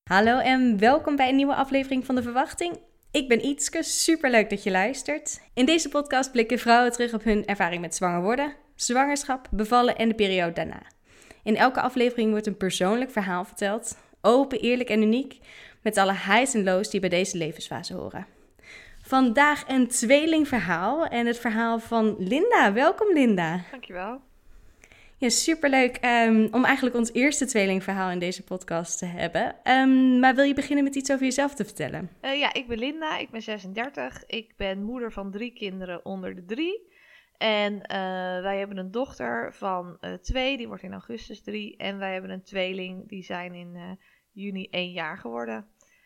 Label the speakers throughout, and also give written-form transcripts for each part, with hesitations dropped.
Speaker 1: Hallo en welkom bij een nieuwe aflevering van De Verwachting. Ik ben Ietske, superleuk dat je luistert. In deze podcast blikken vrouwen terug op hun ervaring met zwanger worden, zwangerschap, bevallen en de periode daarna. In elke aflevering wordt een persoonlijk verhaal verteld, open, eerlijk en uniek, met alle highs en lows die bij deze levensfase horen. Vandaag een tweelingverhaal en het verhaal van Linda. Welkom Linda.
Speaker 2: Dankjewel.
Speaker 1: Ja, superleuk om eigenlijk ons eerste tweelingverhaal in deze podcast te hebben. Maar wil je beginnen met iets over jezelf te vertellen?
Speaker 2: Ik ben Linda, ik ben 36. Ik ben moeder van 3 kinderen onder de 3. En wij hebben een dochter van 2, die wordt in augustus 3. En wij hebben een tweeling, die zijn in juni 1 jaar geworden.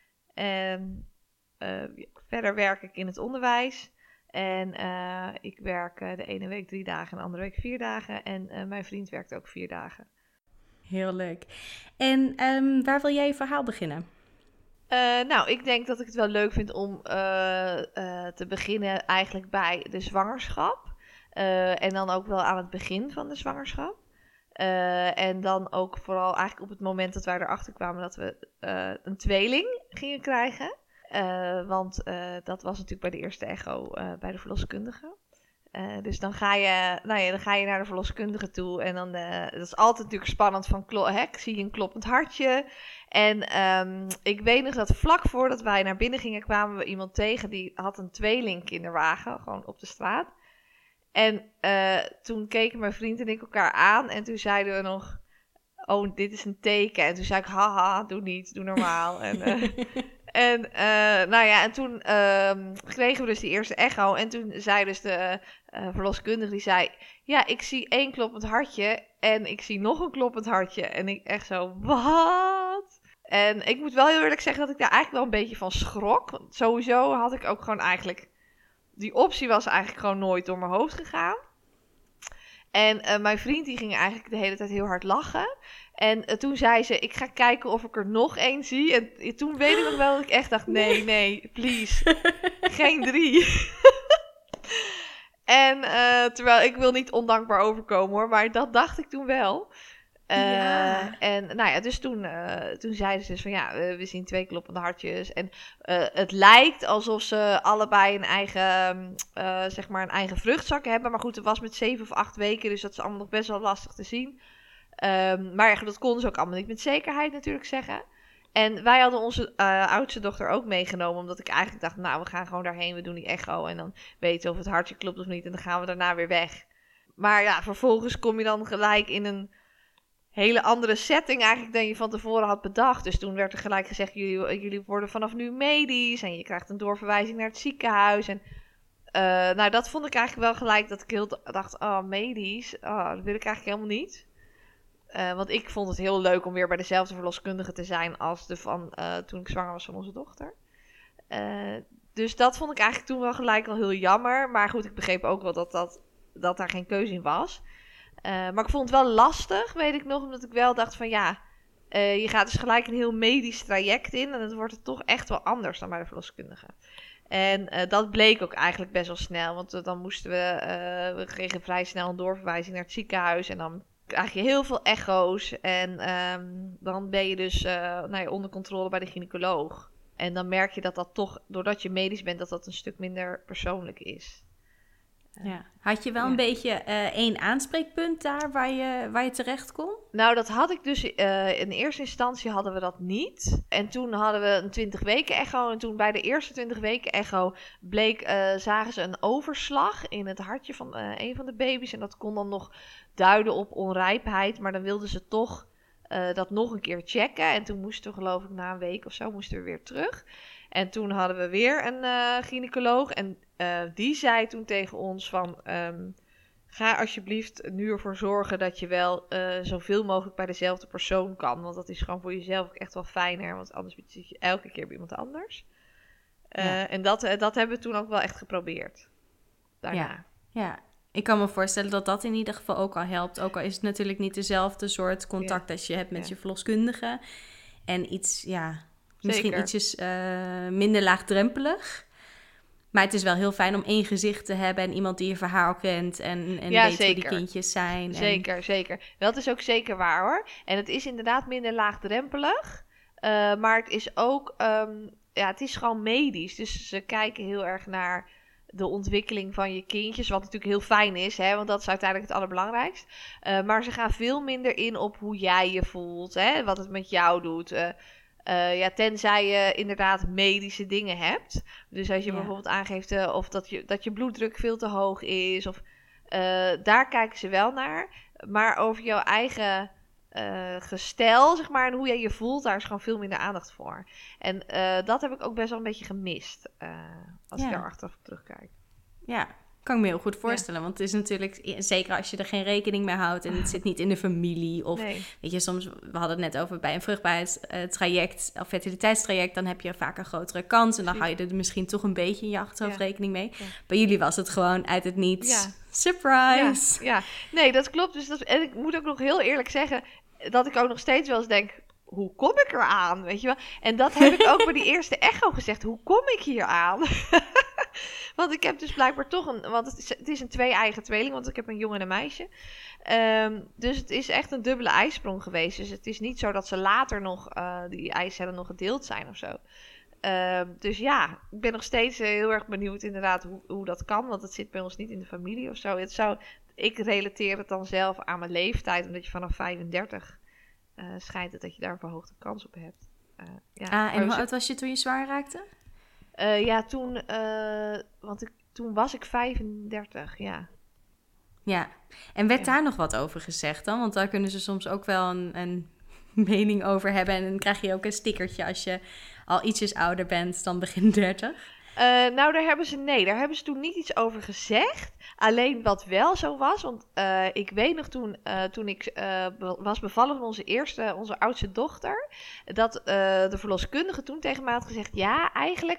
Speaker 2: Verder werk ik in het onderwijs. En ik werk de ene week 3 dagen en de andere week 4 dagen. En mijn vriend werkt ook 4 dagen.
Speaker 1: Heel leuk. En waar wil jij je verhaal beginnen?
Speaker 2: Ik denk dat ik het wel leuk vind om te beginnen eigenlijk bij de zwangerschap. En dan ook wel aan het begin van de zwangerschap. En dan ook vooral eigenlijk op het moment dat wij erachter kwamen dat we een tweeling gingen krijgen. Want dat was natuurlijk bij de eerste echo bij de verloskundige. Dus dan ga je naar de verloskundige toe. En dan, dat is altijd natuurlijk spannend van, zie je een kloppend hartje. En ik weet nog dat vlak voordat wij naar binnen gingen, kwamen we iemand tegen die had een tweelingkinderwagen, gewoon op de straat. En toen keken mijn vriend en ik elkaar aan en toen zeiden we nog, oh, dit is een teken. En toen zei ik, haha, doe niet, doe normaal. En toen kregen we dus die eerste echo. En toen zei dus de verloskundige, die zei, ja, ik zie 1 kloppend hartje en ik zie nog een kloppend hartje. En ik echt zo, wat? En ik moet wel heel eerlijk zeggen dat ik daar eigenlijk wel een beetje van schrok. Want sowieso had ik ook gewoon eigenlijk, die optie was eigenlijk gewoon nooit door mijn hoofd gegaan. En mijn vriend die ging eigenlijk de hele tijd heel hard lachen. En toen zei ze, ik ga kijken of ik er nog 1 zie. En toen weet ik nog wel dat ik echt dacht, nee, please. Geen 3. En terwijl ik wil niet ondankbaar overkomen hoor, maar dat dacht ik toen wel. Dus toen zeiden ze dus van we zien 2 kloppende hartjes. En het lijkt alsof ze allebei een eigen vruchtzak hebben. Maar goed, het was met 7 of 8 weken, dus dat is allemaal nog best wel lastig te zien. Maar dat konden ze ook allemaal niet met zekerheid natuurlijk zeggen. En wij hadden onze oudste dochter ook meegenomen, omdat ik eigenlijk dacht, we gaan gewoon daarheen, we doen die echo en dan weten we of het hartje klopt of niet en dan gaan we daarna weer weg. Maar ja, vervolgens kom je dan gelijk in een hele andere setting eigenlijk dan je van tevoren had bedacht. Dus toen werd er gelijk gezegd, jullie worden vanaf nu medisch en je krijgt een doorverwijzing naar het ziekenhuis. En dat vond ik eigenlijk wel gelijk dat ik heel dacht, medisch, dat wil ik eigenlijk helemaal niet. Want ik vond het heel leuk om weer bij dezelfde verloskundige te zijn als toen ik zwanger was van onze dochter. Dus dat vond ik eigenlijk toen wel gelijk heel jammer. Maar goed, ik begreep ook wel dat daar geen keuze in was. Maar ik vond het wel lastig, weet ik nog, omdat ik wel dacht van je gaat dus gelijk een heel medisch traject in. En dan wordt het toch echt wel anders dan bij de verloskundige. En dat bleek ook eigenlijk best wel snel. Want dan moesten we kregen vrij snel een doorverwijzing naar het ziekenhuis. En dan krijg je heel veel echo's. En dan ben je dus onder controle bij de gynaecoloog. En dan merk je dat toch, doordat je medisch bent, dat een stuk minder persoonlijk is.
Speaker 1: Ja. Had je wel een beetje 1 aanspreekpunt daar waar je terecht kon?
Speaker 2: Nou, dat had ik dus in eerste instantie hadden we dat niet. En toen hadden we een 20 weken echo. En toen bij de eerste 20 weken echo zagen ze een overslag in het hartje van een van de baby's. En dat kon dan nog duiden op onrijpheid. Maar dan wilden ze toch dat nog een keer checken. En toen moesten we, geloof ik, na een week of zo moesten we weer terug. En toen hadden we weer een gynaecoloog. En die zei toen tegen ons van, ga alsjeblieft nu ervoor zorgen dat je wel zoveel mogelijk bij dezelfde persoon kan. Want dat is gewoon voor jezelf ook echt wel fijner. Want anders zit je elke keer bij iemand anders. En dat hebben we toen ook wel echt geprobeerd. Daarna.
Speaker 1: Ja. Ik kan me voorstellen dat dat in ieder geval ook al helpt. Ook al is het natuurlijk niet dezelfde soort contact als je hebt met je verloskundige. En iets, misschien ietsjes minder laagdrempelig. Maar het is wel heel fijn om 1 gezicht te hebben en iemand die je verhaal kent en weet wie die kindjes zijn.
Speaker 2: Zeker. Dat is ook zeker waar hoor. En het is inderdaad minder laagdrempelig. Maar het is ook, het is gewoon medisch. Dus ze kijken heel erg naar de ontwikkeling van je kindjes. Wat natuurlijk heel fijn is, hè, want dat is uiteindelijk het allerbelangrijkst. Maar ze gaan veel minder in op hoe jij je voelt, hè, wat het met jou doet. Tenzij je inderdaad medische dingen hebt. Dus als je bijvoorbeeld aangeeft of dat je bloeddruk veel te hoog is. Of, daar kijken ze wel naar. Maar over jouw eigen gestel, zeg maar, en hoe jij je voelt, daar is gewoon veel minder aandacht voor. En dat heb ik ook best wel een beetje gemist. Als ik daar achteraf op terugkijk.
Speaker 1: Ja, kan ik me heel goed voorstellen. Want het is natuurlijk, zeker als je er geen rekening mee houdt en het zit niet in de familie. Of weet je, soms, we hadden het net over bij een vruchtbaarheidstraject of fertiliteitstraject, dan heb je vaak een grotere kans. En dan hou je er misschien toch een beetje in je achterhoofd rekening mee. Ja. Bij jullie was het gewoon uit het niets. Ja. Surprise!
Speaker 2: Ja, nee, dat klopt. Dus en ik moet ook nog heel eerlijk zeggen dat ik ook nog steeds wel eens denk, hoe kom ik eraan? Weet je wel? En dat heb ik ook bij die eerste echo gezegd. Hoe kom ik hier aan? Want ik heb dus blijkbaar toch want het is een twee-eigen tweeling, want ik heb een jongen en een meisje. Dus het is echt een dubbele ijsprong geweest. Dus het is niet zo dat ze later nog die eicellen nog gedeeld zijn of zo. Dus ja, ik ben nog steeds heel erg benieuwd inderdaad hoe dat kan. Want het zit bij ons niet in de familie of zo. Ik relateer het dan zelf aan mijn leeftijd, omdat je vanaf 35 schijnt het dat je daar een verhoogde kans op hebt.
Speaker 1: En hoe oud was je toen je zwaar raakte?
Speaker 2: Toen was ik 35, ja.
Speaker 1: Ja, en werd daar nog wat over gezegd dan? Want daar kunnen ze soms ook wel een mening over hebben. En dan krijg je ook een stickertje als je al ietsjes ouder bent dan begin 30.
Speaker 2: Daar hebben ze toen niet iets over gezegd. Alleen wat wel zo was, want ik weet nog toen ik was bevallen van onze oudste dochter, dat de verloskundige toen tegen mij had gezegd, ja, eigenlijk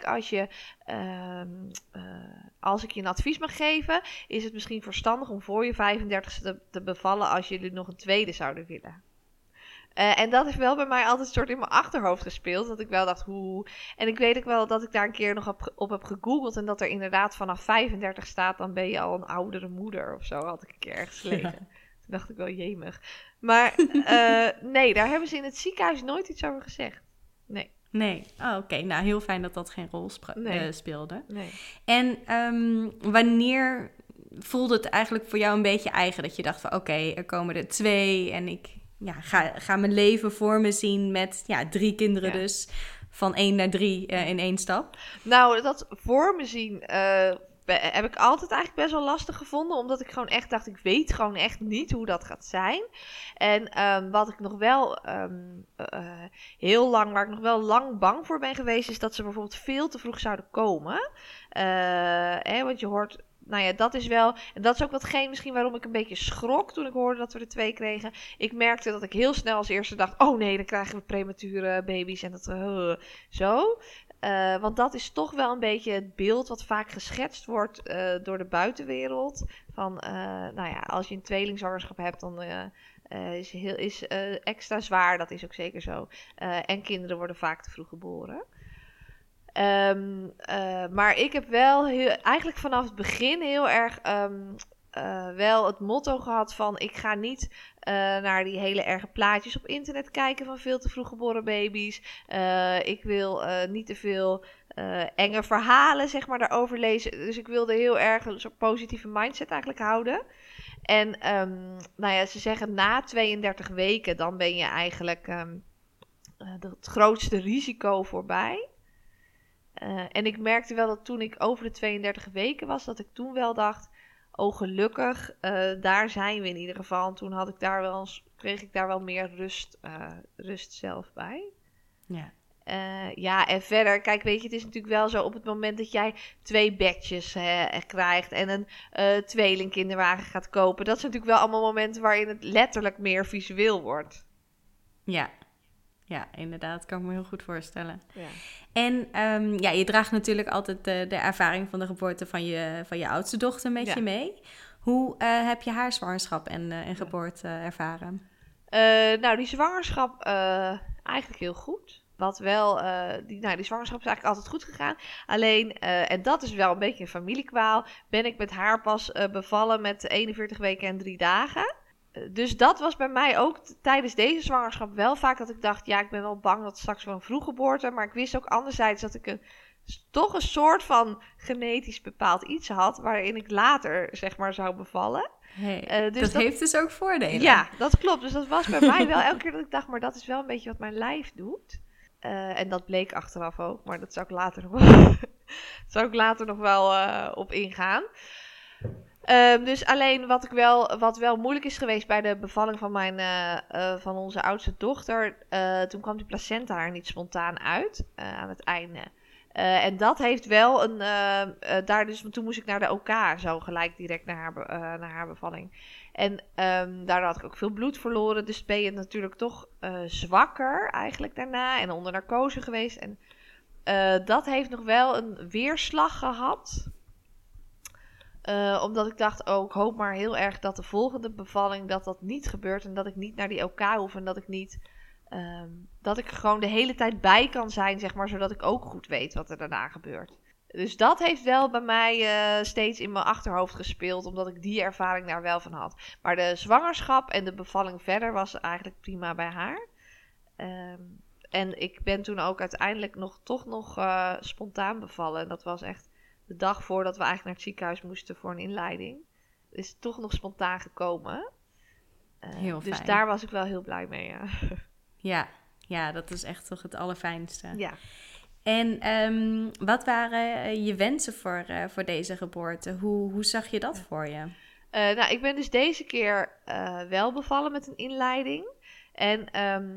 Speaker 2: als ik je een advies mag geven, is het misschien verstandig om voor je 35e te bevallen als jullie nog een tweede zouden willen. En dat heeft wel bij mij altijd een soort in mijn achterhoofd gespeeld. Dat ik wel dacht, hoe. En ik weet ook wel dat ik daar een keer nog op heb gegoogeld. En dat er inderdaad vanaf 35 staat, dan ben je al een oudere moeder of zo. Had ik een keer ergens gelezen. Ja. Toen dacht ik wel, jemig. Maar nee, daar hebben ze in het ziekenhuis nooit iets over gezegd. Nee.
Speaker 1: Nee, oké. Nou, heel fijn dat dat geen rol speelde.
Speaker 2: Nee.
Speaker 1: En wanneer voelde het eigenlijk voor jou een beetje eigen? Dat je dacht van, oké, er komen er 2 en ik ga mijn leven voor me zien met 3 kinderen dus. Van 1 naar 3 in 1 stap.
Speaker 2: Nou, dat voor me zien heb ik altijd eigenlijk best wel lastig gevonden. Omdat ik gewoon echt dacht, ik weet gewoon echt niet hoe dat gaat zijn. En wat ik nog wel waar ik nog wel lang bang voor ben geweest, is dat ze bijvoorbeeld veel te vroeg zouden komen. Want je hoort. Nou ja, dat is wel. En dat is ook misschien waarom ik een beetje schrok toen ik hoorde dat we er 2 kregen. Ik merkte dat ik heel snel als eerste dacht, oh nee, dan krijgen we premature baby's en dat zo. Want dat is toch wel een beetje het beeld wat vaak geschetst wordt door de buitenwereld. Van, als je een tweelingzwangerschap hebt, dan is extra zwaar. Dat is ook zeker zo. En kinderen worden vaak te vroeg geboren. Maar ik heb wel eigenlijk vanaf het begin heel erg wel het motto gehad van, ik ga niet naar die hele erge plaatjes op internet kijken van veel te vroeg geboren baby's. Ik wil niet te veel enge verhalen, zeg maar, daarover lezen. Dus ik wilde heel erg een soort positieve mindset eigenlijk houden. En ze zeggen na 32 weken, dan ben je eigenlijk het grootste risico voorbij. En ik merkte wel dat toen ik over de 32 weken was, dat ik toen wel dacht, oh gelukkig, daar zijn we in ieder geval. En toen kreeg ik daar wel meer rust zelf bij.
Speaker 1: Ja.
Speaker 2: En verder, kijk, weet je, het is natuurlijk wel zo op het moment dat jij 2 bedjes krijgt en een tweelingkinderwagen gaat kopen. Dat zijn natuurlijk wel allemaal momenten waarin het letterlijk meer visueel wordt.
Speaker 1: Ja, inderdaad. Kan ik me heel goed voorstellen.
Speaker 2: Ja.
Speaker 1: En je draagt natuurlijk altijd de ervaring van de geboorte van je oudste dochter met je mee. Hoe heb je haar zwangerschap en geboorte ervaren?
Speaker 2: Die zwangerschap eigenlijk heel goed. Wat wel, die zwangerschap is eigenlijk altijd goed gegaan. Alleen, en dat is wel een beetje een familiekwaal, ben ik met haar pas bevallen met 41 weken en 3 dagen. Dus dat was bij mij ook tijdens deze zwangerschap wel vaak dat ik dacht... ja, ik ben wel bang dat straks wel een vroeggeboorte... maar ik wist ook anderzijds dat ik toch een soort van genetisch bepaald iets had... waarin ik later, zeg maar, zou bevallen.
Speaker 1: Hey, dus dat heeft dus ook voordelen.
Speaker 2: Ja, dat klopt. Dus dat was bij mij wel elke keer dat ik dacht... maar dat is wel een beetje wat mijn lijf doet. En dat bleek achteraf ook, maar dat zou ik later nog wel op ingaan. Dus alleen wat wel moeilijk is geweest bij de bevalling van onze oudste dochter. Toen kwam die placenta er niet spontaan uit aan het einde. En dat heeft wel want toen moest ik naar de OK, zo gelijk direct naar haar bevalling. En daardoor had ik ook veel bloed verloren. Dus ben je natuurlijk toch zwakker eigenlijk daarna en onder narcose geweest. En dat heeft nog wel een weerslag gehad. Omdat ik dacht, ik hoop maar heel erg dat de volgende bevalling dat niet gebeurt. En dat ik niet naar die OK hoef. En dat ik niet... dat ik gewoon de hele tijd bij kan zijn, zeg maar. Zodat ik ook goed weet wat er daarna gebeurt. Dus dat heeft wel bij mij steeds in mijn achterhoofd gespeeld. Omdat ik die ervaring daar wel van had. Maar de zwangerschap en de bevalling verder was eigenlijk prima bij haar. En ik ben toen ook uiteindelijk toch nog spontaan bevallen. En dat was echt de dag voordat we eigenlijk naar het ziekenhuis moesten voor een inleiding. Is toch nog spontaan gekomen.
Speaker 1: Heel fijn.
Speaker 2: Dus daar was ik wel heel blij mee, ja.
Speaker 1: Ja, dat is echt toch het allerfijnste.
Speaker 2: Ja.
Speaker 1: En wat waren je wensen voor deze geboorte? Hoe zag je dat voor je?
Speaker 2: Nou, ik ben dus deze keer wel bevallen met een inleiding. En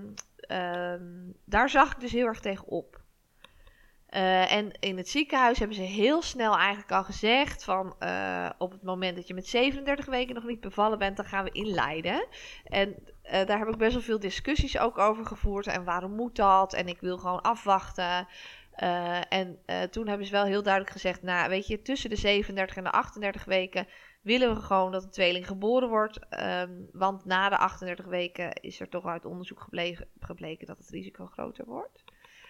Speaker 2: daar zag ik dus heel erg tegen op. En in het ziekenhuis hebben ze heel snel eigenlijk al gezegd van... op het moment dat je met 37 weken nog niet bevallen bent, dan gaan we inleiden. En daar heb ik best wel veel discussies ook over gevoerd. En waarom moet dat? En ik wil gewoon afwachten. En toen hebben ze wel heel duidelijk gezegd... nou, weet je, tussen de 37 en de 38 weken... willen we gewoon dat een tweeling geboren wordt. Want na de 38 weken is er toch uit onderzoek gebleken dat het risico groter wordt.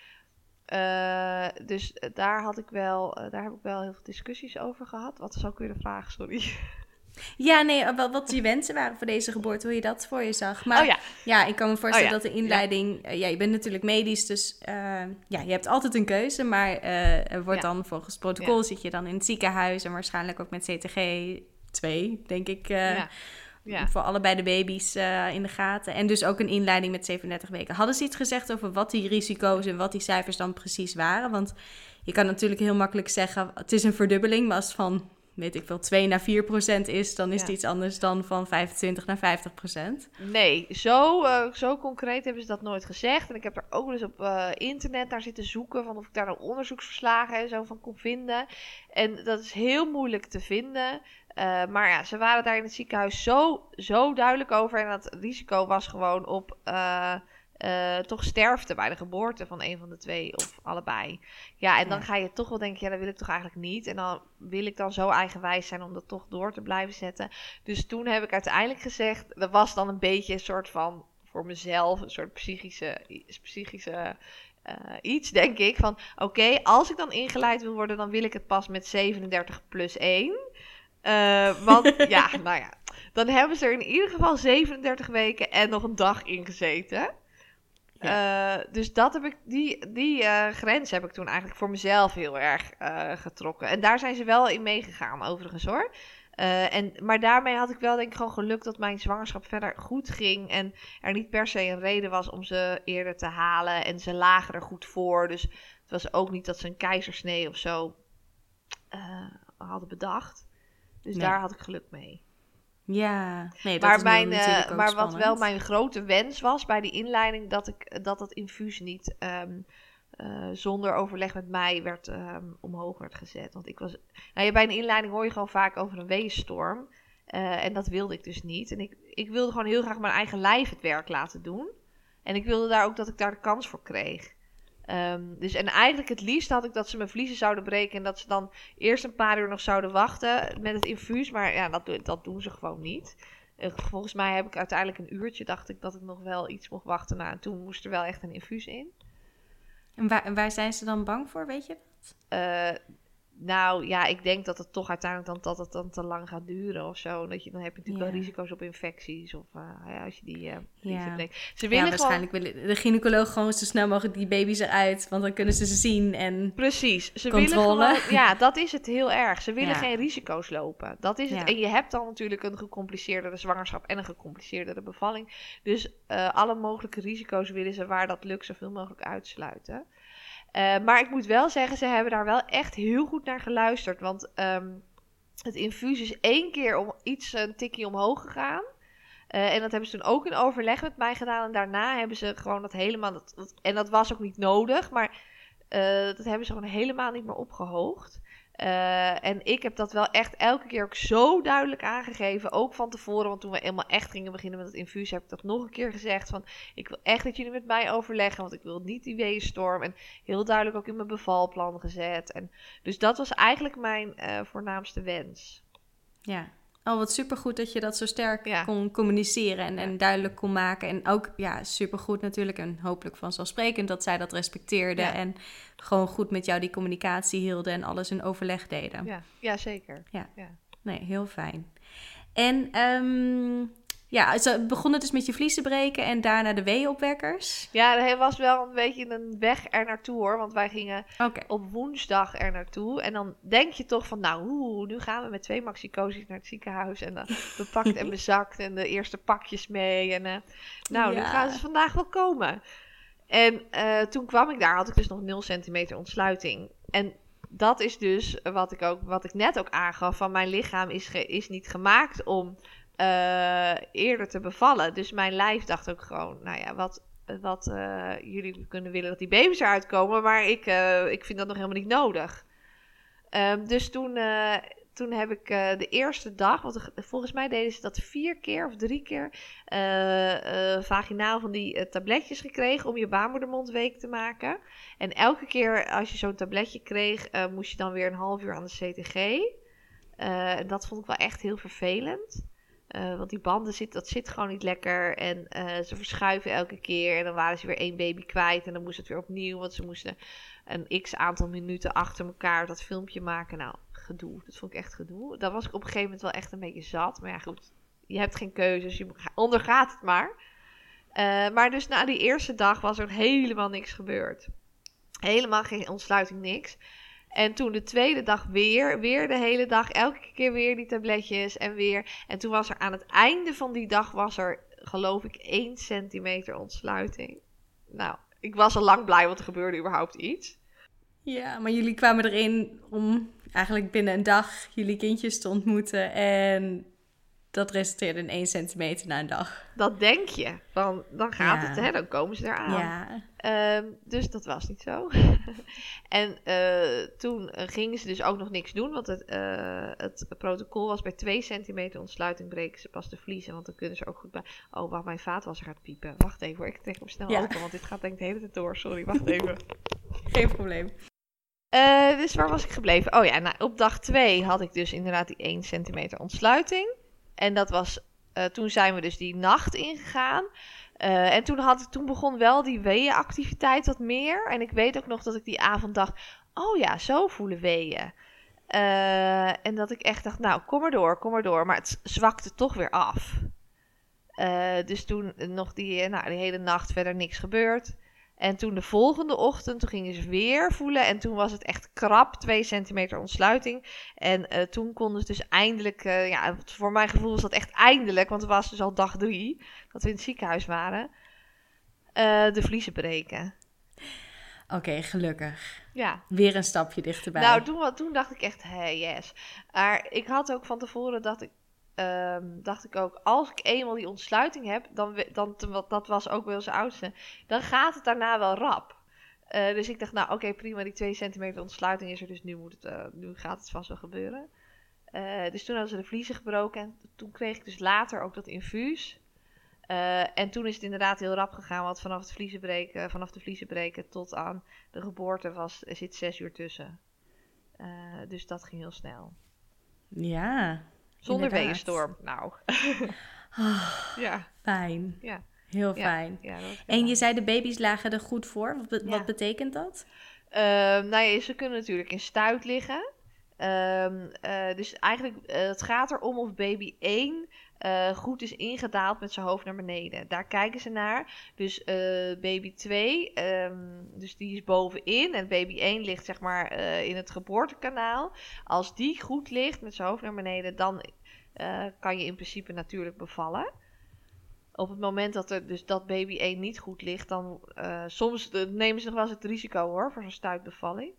Speaker 2: Dus daar heb ik wel heel veel discussies over gehad. Wat is ook weer de vraag, sorry.
Speaker 1: Ja, nee, wat je wensen waren voor deze geboorte, hoe je dat voor je zag. Maar ja, ik kan me voorstellen dat de inleiding... Ja, je bent natuurlijk medisch, dus je hebt altijd een keuze. Maar er wordt dan volgens protocol zit je dan in het ziekenhuis... en waarschijnlijk ook met CTG 2, denk ik... voor allebei de baby's in de gaten. En dus ook een inleiding met 37 weken. Hadden ze iets gezegd over wat die risico's en wat die cijfers dan precies waren? Want je kan natuurlijk heel makkelijk zeggen... het is een verdubbeling, maar als het van... weet ik veel, 2 naar 4% is... dan is het iets anders dan van 25 naar 50%.
Speaker 2: Nee, zo concreet hebben ze dat nooit gezegd. En ik heb er ook eens op internet naar zitten zoeken... van of ik daar nou onderzoeksverslagen en zo van kon vinden. En dat is heel moeilijk te vinden... maar ja, ze waren daar in het ziekenhuis zo duidelijk over. En dat risico was gewoon op toch sterfte bij de geboorte van een van de twee of allebei. Ja, en dan ga je toch wel denken, ja, dat wil ik toch eigenlijk niet. En dan wil ik dan zo eigenwijs zijn om dat toch door te blijven zetten. Dus toen heb ik uiteindelijk gezegd, dat was dan een beetje een soort van, voor mezelf, een soort psychische iets, denk ik. Van oké, als ik dan ingeleid wil worden, dan wil ik het pas met 37 plus 1. Want ja, nou ja, dan hebben ze er in ieder geval 37 weken en nog een dag in gezeten. Ja. Dus dat heb ik, die grens heb ik toen eigenlijk voor mezelf heel erg getrokken. En daar zijn ze wel in meegegaan, overigens hoor. Maar daarmee had ik wel denk ik gewoon geluk dat mijn zwangerschap verder goed ging. En er niet per se een reden was om ze eerder te halen. En ze lagen er goed voor. Dus het was ook niet dat ze een keizersnee of zo hadden bedacht. Dus daar had ik geluk mee.
Speaker 1: Ja, nee, dat maar
Speaker 2: wat wel mijn grote wens was bij die inleiding... dat infuus niet zonder overleg met mij omhoog werd gezet. Want ik was... bij een inleiding hoor je gewoon vaak over een weeënstorm. En dat wilde ik dus niet. En ik wilde gewoon heel graag mijn eigen lijf het werk laten doen. En ik wilde daar ook dat ik daar de kans voor kreeg. En eigenlijk het liefst had ik dat ze mijn vliezen zouden breken... en dat ze dan eerst een paar uur nog zouden wachten met het infuus. Maar ja, dat doen ze gewoon niet. Volgens mij heb ik uiteindelijk een uurtje... dacht ik dat ik nog wel iets mocht wachten. Nou, en toen moest er wel echt een infuus in.
Speaker 1: En waar zijn ze dan bang voor, weet je dat?
Speaker 2: Nou ja, ik denk dat het toch uiteindelijk dat het dan te lang gaat duren of zo. Dan heb je natuurlijk wel risico's op infecties. Of als je die breekt. Ze willen
Speaker 1: waarschijnlijk willen de gynaecoloog gewoon zo snel mogelijk die baby's eruit. Want dan kunnen ze zien en
Speaker 2: precies. Ze
Speaker 1: controle.
Speaker 2: willen gewoon, ja, dat is het heel erg. Ze willen geen risico's lopen. Dat is het. En je hebt dan natuurlijk een gecompliceerdere zwangerschap en een gecompliceerdere bevalling. Dus alle mogelijke risico's willen ze waar dat lukt zoveel mogelijk uitsluiten. Maar ik moet wel zeggen, ze hebben daar wel echt heel goed naar geluisterd. Want het infuus is 1 keer een tikje omhoog gegaan. En dat hebben ze toen ook in overleg met mij gedaan. En daarna hebben ze gewoon dat helemaal... en dat was ook niet nodig, maar dat hebben ze gewoon helemaal niet meer opgehoogd. En ik heb dat wel echt elke keer ook zo duidelijk aangegeven. Ook van tevoren, want toen we helemaal echt gingen beginnen met het infuus, heb ik dat nog een keer gezegd. Van, ik wil echt dat jullie met mij overleggen, want ik wil niet die weeënstorm. En heel duidelijk ook in mijn bevalplan gezet. En, dus dat was eigenlijk mijn voornaamste wens.
Speaker 1: Ja. Oh, wat supergoed dat je dat zo sterk kon communiceren en duidelijk kon maken. En ook, supergoed natuurlijk en hopelijk vanzelfsprekend dat zij dat respecteerden. En gewoon goed met jou die communicatie hielden en alles in overleg deden.
Speaker 2: Ja zeker.
Speaker 1: Ja. Nee, heel fijn. En ze begonnen dus met je vliezen breken en daarna de weeënopwekkers.
Speaker 2: Ja, er was wel een beetje een weg er naartoe hoor. Want wij gingen op woensdag er naartoe. En dan denk je toch van, nu gaan we met 2 maxicosies naar het ziekenhuis. En bepakt en bezakt en de eerste pakjes mee. En nu gaan ze vandaag wel komen. En toen kwam ik daar, had ik dus nog 0 centimeter ontsluiting. En dat is dus wat ik net ook aangaf. Van mijn lichaam is niet gemaakt om eerder te bevallen. Dus mijn lijf dacht ook gewoon, wat jullie kunnen willen dat die baby's eruit komen, maar ik vind dat nog helemaal niet nodig. Dus toen heb ik de eerste dag, want volgens mij deden ze dat 4 keer of 3 keer, vaginaal van die tabletjes gekregen om je baarmoedermond week te maken. En elke keer als je zo'n tabletje kreeg, moest je dan weer een half uur aan de CTG. En dat vond ik wel echt heel vervelend. Want die banden zit gewoon niet lekker. En ze verschuiven elke keer. En dan waren ze weer 1 baby kwijt. En dan moest het weer opnieuw. Want ze moesten een x-aantal minuten achter elkaar dat filmpje maken. Nou, gedoe. Dat vond ik echt gedoe. Daar was ik op een gegeven moment wel echt een beetje zat. Maar ja, goed. Je hebt geen keuzes. Je ondergaat het maar. Maar dus na die eerste dag was er helemaal niks gebeurd. Helemaal geen ontsluiting, niks. En toen de tweede dag weer de hele dag, elke keer weer die tabletjes en weer. En toen was er aan het einde van die dag, geloof ik 1 centimeter ontsluiting. Nou, ik was al lang blij, want er gebeurde überhaupt iets.
Speaker 1: Ja, maar jullie kwamen erin om eigenlijk binnen een dag jullie kindjes te ontmoeten. En dat resulteerde in 1 centimeter na een dag.
Speaker 2: Dat denk je. Dan gaat het, hè? Dan komen ze eraan.
Speaker 1: Ja.
Speaker 2: Dus dat was niet zo. En toen gingen ze dus ook nog niks doen. Want het protocol was bij 2 centimeter ontsluiting breken ze pas de vliezen. Want dan kunnen ze ook goed bij... Oh, wacht, mijn vaatwasser gaat piepen. Wacht even hoor, ik trek hem snel open. Want dit gaat denk ik de hele tijd door. Sorry, wacht even.
Speaker 1: Geen probleem.
Speaker 2: Dus waar was ik gebleven? Oh ja, op dag 2 had ik dus inderdaad die 1 centimeter ontsluiting. En dat was... toen zijn we dus die nacht ingegaan. En toen begon wel die weeënactiviteit wat meer. En ik weet ook nog dat ik die avond dacht... Oh ja, zo voelen weeën. En dat ik echt dacht... Nou, kom maar door. Maar het zwakte toch weer af. Dus toen nog die hele nacht verder niks gebeurd. En toen de volgende ochtend, toen gingen ze weer voelen. En toen was het echt krap, 2 centimeter ontsluiting. En toen konden ze dus eindelijk... voor mijn gevoel was dat echt eindelijk. Want het was dus al dag 3 dat we in het ziekenhuis waren. De vliezen breken.
Speaker 1: Oké, gelukkig.
Speaker 2: Ja.
Speaker 1: Weer een stapje dichterbij.
Speaker 2: Nou, toen dacht ik echt, hey, yes. Maar ik had ook van tevoren dacht ik ook, als ik eenmaal die ontsluiting heb, dat was ook wel zijn oudste, dan gaat het daarna wel rap. Dus ik dacht, oké, prima, die 2 centimeter ontsluiting is er, dus nu gaat het vast wel gebeuren. Dus toen hadden ze de vliezen gebroken en toen kreeg ik dus later ook dat infuus. En toen is het inderdaad heel rap gegaan, want vanaf de vliezen breken tot aan de geboorte zit 6 uur tussen. Dus dat ging heel snel.
Speaker 1: Ja,
Speaker 2: zonder weeënstorm. Nou.
Speaker 1: Ja. Fijn.
Speaker 2: Ja.
Speaker 1: Heel fijn.
Speaker 2: Ja,
Speaker 1: en je zei de baby's lagen er goed voor. Wat betekent dat?
Speaker 2: Ze kunnen natuurlijk in stuit liggen. Dus eigenlijk, het gaat erom of baby 1 goed is ingedaald met zijn hoofd naar beneden. Daar kijken ze naar. Dus baby 2, dus die is bovenin. En baby 1 ligt zeg maar in het geboortekanaal. Als die goed ligt met zijn hoofd naar beneden, dan kan je in principe natuurlijk bevallen. Op het moment dat baby 1 niet goed ligt, dan soms nemen ze nog wel eens het risico hoor, voor zo'n stuitbevalling.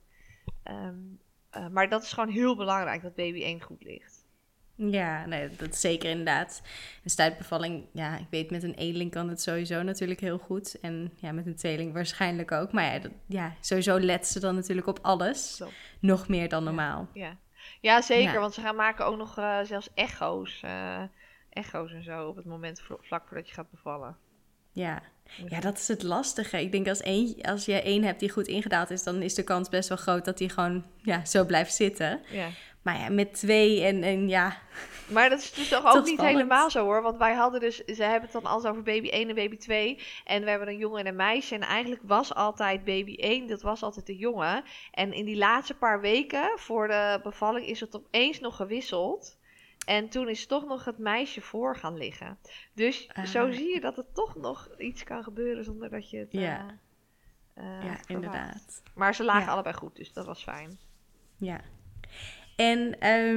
Speaker 2: Maar dat is gewoon heel belangrijk, dat baby 1 goed ligt.
Speaker 1: Ja, nee, dat is zeker inderdaad. Een stuitbevalling, ja, ik weet met een eenling kan het sowieso natuurlijk heel goed. En ja, met een tweeling waarschijnlijk ook. Maar ja, sowieso let ze dan natuurlijk op alles.
Speaker 2: Zo.
Speaker 1: Nog meer dan normaal.
Speaker 2: Ja zeker,
Speaker 1: Ja.
Speaker 2: want ze gaan maken ook nog zelfs echo's. Echo's en zo op het moment vlak voordat je gaat bevallen.
Speaker 1: Ja. Ja, dat is het lastige. Ik denk als je één hebt die goed ingedaald is, dan is de kans best wel groot dat die gewoon zo blijft zitten.
Speaker 2: Ja.
Speaker 1: Maar ja, met 2 en ja.
Speaker 2: Maar dat is dus toch
Speaker 1: Toch
Speaker 2: ook niet
Speaker 1: spannend.
Speaker 2: helemaal zo hoor. Want wij hadden dus, ze hebben het dan alles over baby 1 en baby 2. En we hebben een jongen en een meisje. En eigenlijk was altijd baby 1, dat was altijd de jongen. En in die laatste paar weken voor de bevalling is het opeens nog gewisseld. En toen is toch nog het meisje voor gaan liggen. Dus zo zie je dat er toch nog iets kan gebeuren zonder dat je het
Speaker 1: Ja,
Speaker 2: verwacht.
Speaker 1: inderdaad.
Speaker 2: Maar ze lagen
Speaker 1: Ja.
Speaker 2: allebei goed, dus dat was fijn.
Speaker 1: Ja. En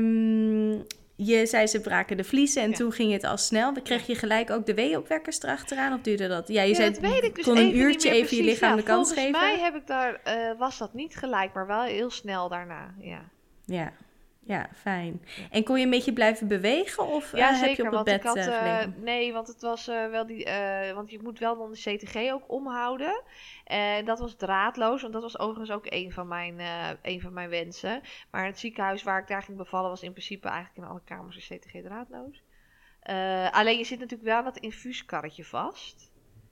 Speaker 1: je zei ze braken de vliezen en
Speaker 2: Ja.
Speaker 1: toen ging het al snel. Kreeg je gelijk ook de weeopwekkers erachteraan of duurde dat? Ja, je
Speaker 2: Ja,
Speaker 1: zei
Speaker 2: dat weet ik dus
Speaker 1: kon
Speaker 2: even
Speaker 1: een uurtje
Speaker 2: niet meer
Speaker 1: even je
Speaker 2: precies.
Speaker 1: lichaam de kans
Speaker 2: volgens
Speaker 1: geven.
Speaker 2: mij heb ik was dat niet gelijk, maar wel heel snel daarna.
Speaker 1: Ja, fijn. En kon je een beetje blijven bewegen of
Speaker 2: Ja,
Speaker 1: heb
Speaker 2: zeker.
Speaker 1: je op het
Speaker 2: Want
Speaker 1: bed
Speaker 2: ik had,
Speaker 1: gelegen?
Speaker 2: nee, want het was wel want je moet wel dan de CTG ook omhouden. En dat was draadloos, want dat was overigens ook een van mijn wensen. Maar het ziekenhuis waar ik daar ging bevallen was in principe eigenlijk in alle kamers een CTG draadloos. Alleen je zit natuurlijk wel aan dat infuuskarretje vast.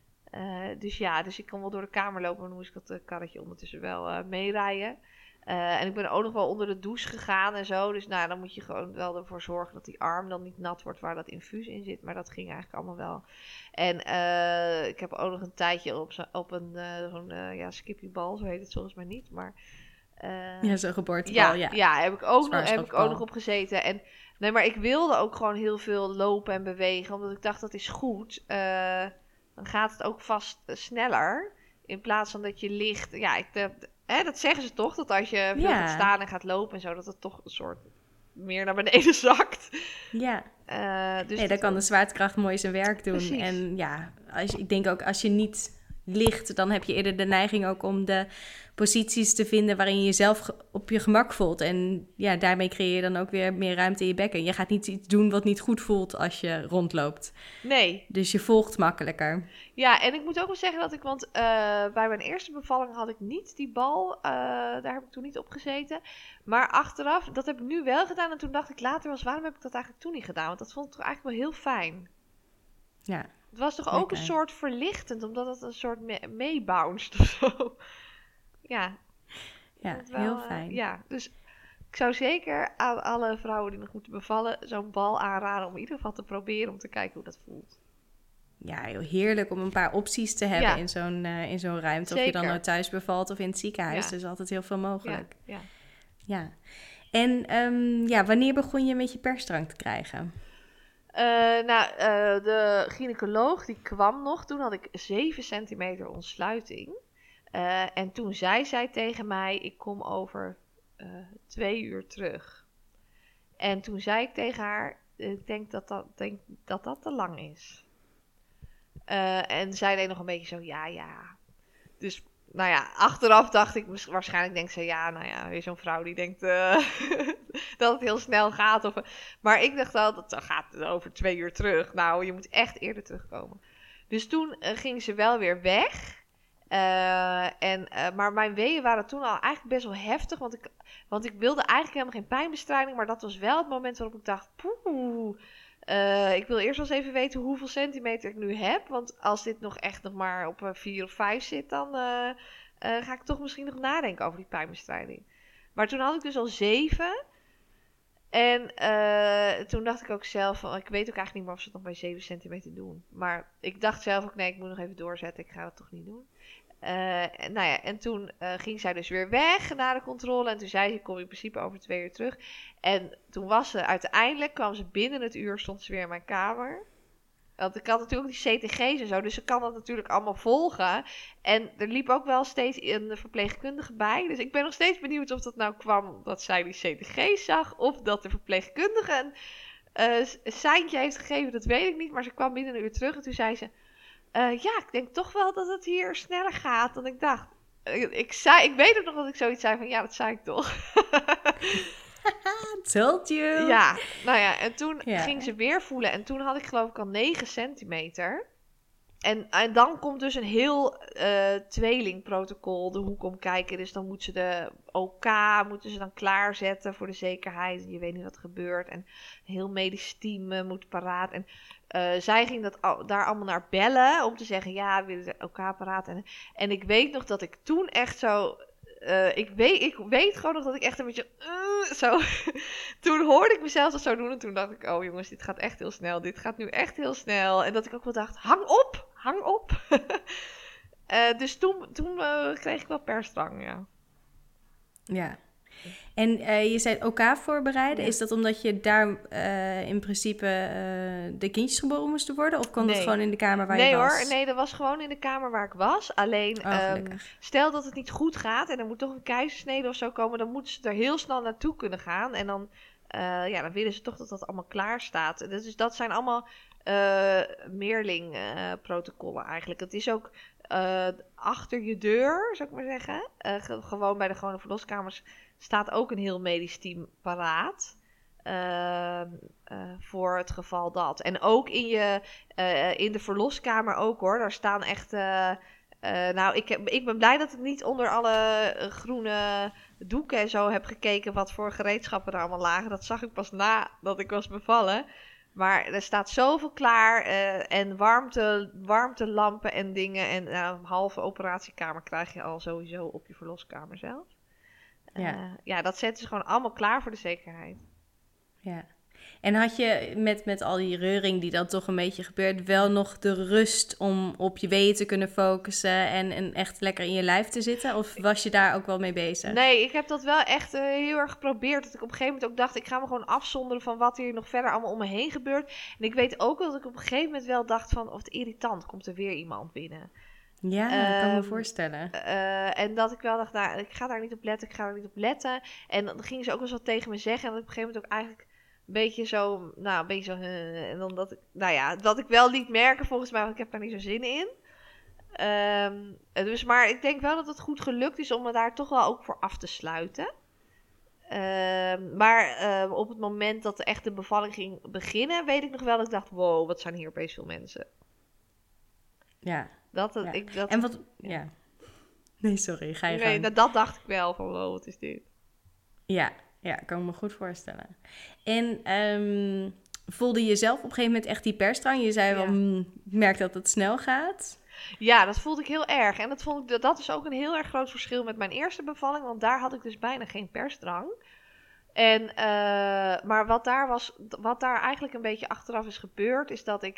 Speaker 2: Dus ik kon wel door de kamer lopen, maar dan moest ik dat karretje ondertussen wel meerijden. En ik ben ook nog wel onder de douche gegaan en zo. Dus dan moet je gewoon wel ervoor zorgen dat die arm dan niet nat wordt waar dat infuus in zit. Maar dat ging eigenlijk allemaal wel. En ik heb ook nog een tijdje op zo'n skippybal, zo heet het volgens mij niet. Maar
Speaker 1: Zo'n geboortebal, ja.
Speaker 2: ja, heb ik ook
Speaker 1: Zwangerschapsbal.
Speaker 2: nog op gezeten. Nee, maar ik wilde ook gewoon heel veel lopen en bewegen. Omdat ik dacht, dat is goed. Dan gaat het ook vast sneller. In plaats van dat je ligt. Ja, dat zeggen ze toch. Dat als je veel gaat staan en gaat lopen en zo. Dat het toch een soort meer naar beneden zakt.
Speaker 1: Ja.
Speaker 2: Dus
Speaker 1: Dan kan de zwaartekracht mooi zijn werk doen.
Speaker 2: Precies.
Speaker 1: En ja, ik denk ook als je niet ligt, dan heb je eerder de neiging ook om de posities te vinden waarin je jezelf op je gemak voelt. En ja, daarmee creëer je dan ook weer meer ruimte in je bekken. Je gaat niet iets doen wat niet goed voelt als je rondloopt.
Speaker 2: Nee.
Speaker 1: Dus je volgt makkelijker.
Speaker 2: Ja, en ik moet ook wel zeggen dat want bij mijn eerste bevalling had ik niet die bal. Daar heb ik toen niet op gezeten. Maar achteraf, dat heb ik nu wel gedaan. En toen dacht ik later wel eens, waarom heb ik dat eigenlijk toen niet gedaan? Want dat vond ik toch eigenlijk wel heel fijn.
Speaker 1: Ja.
Speaker 2: Het was toch
Speaker 1: Lekker.
Speaker 2: ook een soort verlichtend, omdat het een soort meebounced of zo. Ja,
Speaker 1: Heel fijn.
Speaker 2: Ja, dus ik zou zeker aan alle vrouwen die nog moeten bevallen zo'n bal aanraden om in ieder geval te proberen om te kijken hoe dat voelt.
Speaker 1: Ja, heel heerlijk om een paar opties te hebben
Speaker 2: Ja.
Speaker 1: in zo'n ruimte.
Speaker 2: Zeker.
Speaker 1: Of je dan nou thuis bevalt of in het ziekenhuis.
Speaker 2: Ja.
Speaker 1: Er is altijd heel veel mogelijk.
Speaker 2: Ja.
Speaker 1: En wanneer begon je met je persdrang te krijgen?
Speaker 2: De gynaecoloog die kwam nog. Toen had ik 7 centimeter ontsluiting. En toen zei zij tegen mij, ik kom over 2 uur terug. En toen zei ik tegen haar, ik denk dat te lang is. En zij deed nog een beetje zo, ja. Dus, achteraf dacht ik, waarschijnlijk denkt ze, weer zo'n vrouw die denkt dat het heel snel gaat. Maar ik dacht al, dat gaat over 2 uur terug. Nou, je moet echt eerder terugkomen. Dus toen ging ze wel weer weg. Maar mijn weeën waren toen al eigenlijk best wel heftig. Want ik wilde eigenlijk helemaal geen pijnbestrijding. Maar dat was wel het moment waarop ik dacht, ik wil eerst wel eens even weten hoeveel centimeter ik nu heb. Want als dit nog maar op 4 of 5 zit, dan ga ik toch misschien nog nadenken over die pijnbestrijding. Maar toen had ik dus al 7. En toen dacht ik ook zelf van, ik weet ook eigenlijk niet meer of ze het nog bij 7 centimeter doen. Maar ik dacht zelf ook, nee, ik moet nog even doorzetten. Ik ga het toch niet doen. Nou ja, en toen ging zij dus weer weg na de controle. En toen zei ze, ik kom in principe over 2 uur terug. En toen was ze uiteindelijk, kwam ze binnen het uur, stond ze weer in mijn kamer. Want ik had natuurlijk die CTG's en zo, dus ze kan dat natuurlijk allemaal volgen. En er liep ook wel steeds een verpleegkundige bij. Dus ik ben nog steeds benieuwd of dat nou kwam dat zij die CTG's zag. Of dat de verpleegkundige een seintje heeft gegeven, dat weet ik niet. Maar ze kwam binnen een uur terug en toen zei ze... ja, ik denk toch wel dat het hier sneller gaat dan ik dacht. Ik weet ook nog dat ik zoiets zei van, ja, dat zei ik toch.
Speaker 1: Told you.
Speaker 2: Ja, nou ja, en toen ging ze weer voelen. En toen had ik geloof ik al 9 centimeter. En dan komt dus een heel tweelingprotocol de hoek om kijken. Dus dan moet ze de OK moeten ze dan klaarzetten voor de zekerheid. Je weet niet wat er gebeurt. En een heel medisch team moet paraat. En zij ging daar allemaal naar bellen om te zeggen, ja, we willen de OK paraat. En ik weet nog dat ik toen echt zo... ik weet gewoon nog dat ik echt een beetje... zo. Toen hoorde ik mezelf dat zo doen. En toen dacht ik, oh jongens, dit gaat echt heel snel. Dit gaat nu echt heel snel. En dat ik ook wel dacht, hang op. Dus toen kreeg ik wel persdrang, ja.
Speaker 1: Ja. En je zei OK voorbereiden. Ja. Is dat omdat je daar in principe de kindjes geboren moesten worden? Of kon dat gewoon in de kamer waar je was?
Speaker 2: Nee, dat was gewoon in de kamer waar ik was. Alleen, stel dat het niet goed gaat en er moet toch een keizersnede of zo komen, dan moeten ze er heel snel naartoe kunnen gaan. En dan, dan willen ze toch dat dat allemaal klaar staat. Dus dat zijn allemaal meerlingprotocollen eigenlijk. Het is ook achter je deur, zou ik maar zeggen. Gewoon bij de gewone verloskamers staat ook een heel medisch team paraat. Voor het geval dat. En ook in de verloskamer ook hoor. Daar staan echt... ik ben blij dat ik niet onder alle groene doeken en zo heb gekeken wat voor gereedschappen er allemaal lagen. Dat zag ik pas nadat ik was bevallen. Maar er staat zoveel klaar en warmtelampen en dingen. En een halve operatiekamer krijg je al sowieso op je verloskamer zelf. Dat zetten ze gewoon allemaal klaar voor de zekerheid.
Speaker 1: Ja. En had je met al die reuring die dan toch een beetje gebeurt, wel nog de rust om op je weeën te kunnen focussen en echt lekker in je lijf te zitten? Of was je daar ook wel mee bezig?
Speaker 2: Nee, ik heb dat wel echt heel erg geprobeerd. Dat ik op een gegeven moment ook dacht, ik ga me gewoon afzonderen van wat hier nog verder allemaal om me heen gebeurt. En ik weet ook dat ik op een gegeven moment wel dacht van, of het irritant, komt er weer iemand binnen.
Speaker 1: Ja, dat kan me voorstellen.
Speaker 2: En dat ik wel dacht, nou, ik ga daar niet op letten. En dan ging ze ook wel eens wat tegen me zeggen. En dat ik op een gegeven moment ook eigenlijk een beetje zo... en dan dat ik wel liet merken volgens mij, want ik heb daar niet zo zin in. Maar ik denk wel dat het goed gelukt is om me daar toch wel ook voor af te sluiten. Maar op het moment dat echt de bevalling ging beginnen, weet ik nog wel dat ik dacht, wow, wat zijn hier opeens veel mensen.
Speaker 1: Ja. Nee, sorry, ga je gang.
Speaker 2: Nee, dat dacht ik wel, van wow, wat is dit?
Speaker 1: Ja, kan ik me goed voorstellen. En voelde je zelf op een gegeven moment echt die persdrang? Je zei wel, ik merk dat het snel gaat.
Speaker 2: Ja, dat voelde ik heel erg. En dat is ook een heel erg groot verschil met mijn eerste bevalling, want daar had ik dus bijna geen persdrang. Maar wat daar eigenlijk een beetje achteraf is gebeurd, is dat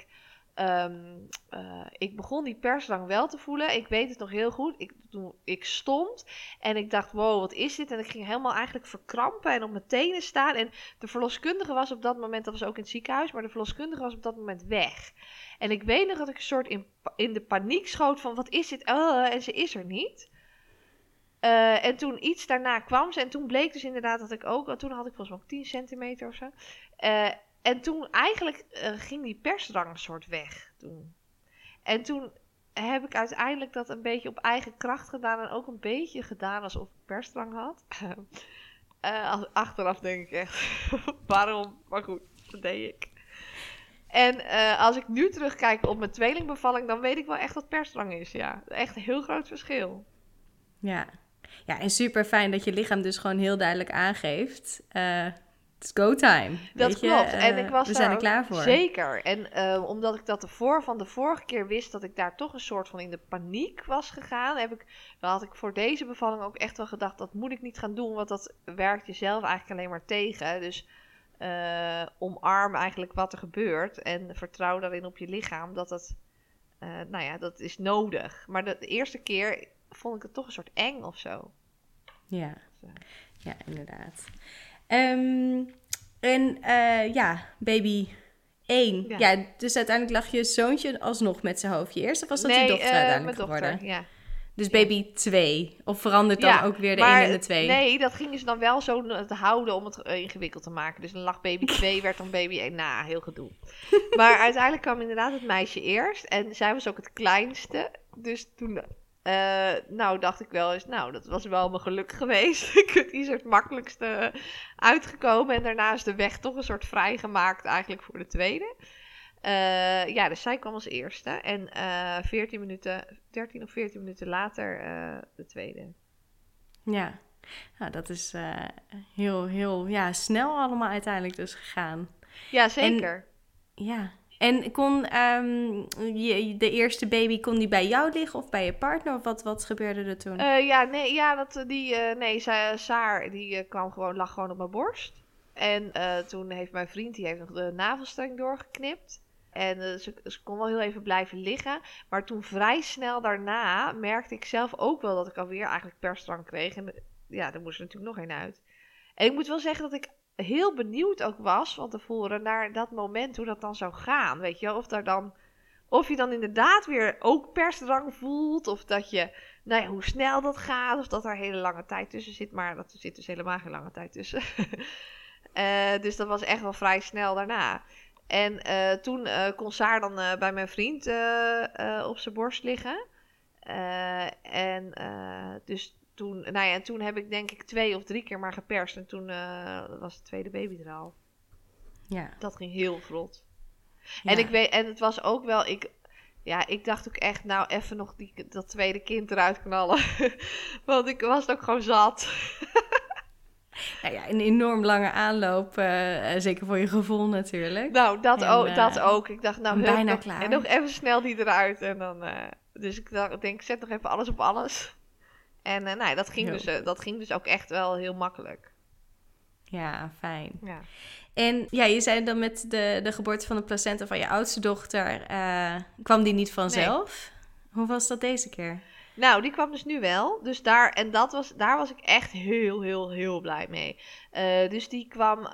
Speaker 2: ik begon die persdrang wel te voelen. Ik weet het nog heel goed. Ik stond en ik dacht, wow, wat is dit? En ik ging helemaal eigenlijk verkrampen en op mijn tenen staan. En de verloskundige was op dat moment, dat was ook in het ziekenhuis, maar de verloskundige was op dat moment weg. En ik weet nog dat ik een soort in de paniek schoot van, wat is dit? En ze is er niet. En toen iets daarna kwam ze en toen bleek dus inderdaad dat ik ook, toen had ik volgens mij ook 10 centimeter of zo. En toen eigenlijk ging die persdrang een soort weg toen. En toen heb ik uiteindelijk dat een beetje op eigen kracht gedaan. En ook een beetje gedaan alsof ik persdrang had. Achteraf denk ik echt, waarom? Maar goed, dat deed ik. En als ik nu terugkijk op mijn tweelingbevalling, dan weet ik wel echt wat persdrang is. Ja, echt een heel groot verschil.
Speaker 1: Ja, en super fijn dat je lichaam dus gewoon heel duidelijk aangeeft... It's go time.
Speaker 2: Dat klopt. En ik was
Speaker 1: we zijn er klaar voor.
Speaker 2: Zeker. En omdat ik dat van de vorige keer wist dat ik daar toch een soort van in de paniek was gegaan, had ik voor deze bevalling ook echt wel gedacht, dat moet ik niet gaan doen, want dat werkt jezelf eigenlijk alleen maar tegen. Dus omarm eigenlijk wat er gebeurt en vertrouw daarin op je lichaam dat het nou ja, dat is nodig. Maar de eerste keer vond ik het toch een soort eng of zo.
Speaker 1: Ja,
Speaker 2: Dus,
Speaker 1: ja, inderdaad. Baby 1.
Speaker 2: Ja.
Speaker 1: Ja, dus uiteindelijk lag je zoontje alsnog met zijn hoofdje eerst? Of was dat je
Speaker 2: nee,
Speaker 1: dochter uiteindelijk
Speaker 2: mijn
Speaker 1: geworden?
Speaker 2: dochter, ja.
Speaker 1: Dus baby 2. Of verandert dan ook weer de 1 en de 2?
Speaker 2: Nee, dat gingen ze dan wel zo te houden om het ingewikkeld te maken. Dus dan lag baby 2, werd dan baby 1. Nou, heel gedoe. Maar uiteindelijk kwam inderdaad het meisje eerst. En zij was ook het kleinste. Dus toen dacht ik wel eens, dat was wel mijn geluk geweest. Die is er het makkelijkste uitgekomen. En daarna is de weg toch een soort vrijgemaakt eigenlijk voor de tweede. Dus zij kwam als eerste. En 13 of 14 minuten later de tweede.
Speaker 1: Ja, nou, dat is heel snel allemaal uiteindelijk dus gegaan.
Speaker 2: Ja, zeker.
Speaker 1: En kon de eerste baby, kon die bij jou liggen of bij je partner? Of wat gebeurde er toen?
Speaker 2: Saar, die lag gewoon op mijn borst. En toen heeft mijn vriend, die heeft nog de navelstreng doorgeknipt. En ze kon wel heel even blijven liggen. Maar toen vrij snel daarna merkte ik zelf ook wel dat ik alweer eigenlijk persdrang kreeg. En ja, er moest er natuurlijk nog één uit. En ik moet wel zeggen dat ik heel benieuwd ook was van tevoren naar dat moment hoe dat dan zou gaan. Weet je, of je dan inderdaad weer ook persdrang voelt. Of dat je, hoe snel dat gaat. Of dat er hele lange tijd tussen zit. Maar er zit dus helemaal geen lange tijd tussen. Dus dat was echt wel vrij snel daarna. En toen kon Saar dan bij mijn vriend op zijn borst liggen. Dus toen heb ik denk ik 2 of 3 keer maar geperst. En toen was de tweede baby er al.
Speaker 1: Ja.
Speaker 2: Dat ging heel vlot.
Speaker 1: Ja.
Speaker 2: En het was ook wel... Ik dacht ook echt, even nog dat tweede kind eruit knallen. Want ik was het ook gewoon zat.
Speaker 1: Ja, een enorm lange aanloop, zeker voor je gevoel natuurlijk.
Speaker 2: Nou, dat ook. Ik dacht,
Speaker 1: bijna klaar.
Speaker 2: En nog even snel die eruit. En dan, dus ik denk, zet nog even alles op alles. En dat ging dus ook echt wel heel makkelijk.
Speaker 1: Ja, fijn.
Speaker 2: Ja.
Speaker 1: En ja, je zei dan met de geboorte van de placenta van je oudste dochter, kwam die niet vanzelf? Nee. Hoe was dat deze keer?
Speaker 2: Nou, die kwam dus nu wel. Dus daar was ik echt heel, heel, heel blij mee. Dus die kwam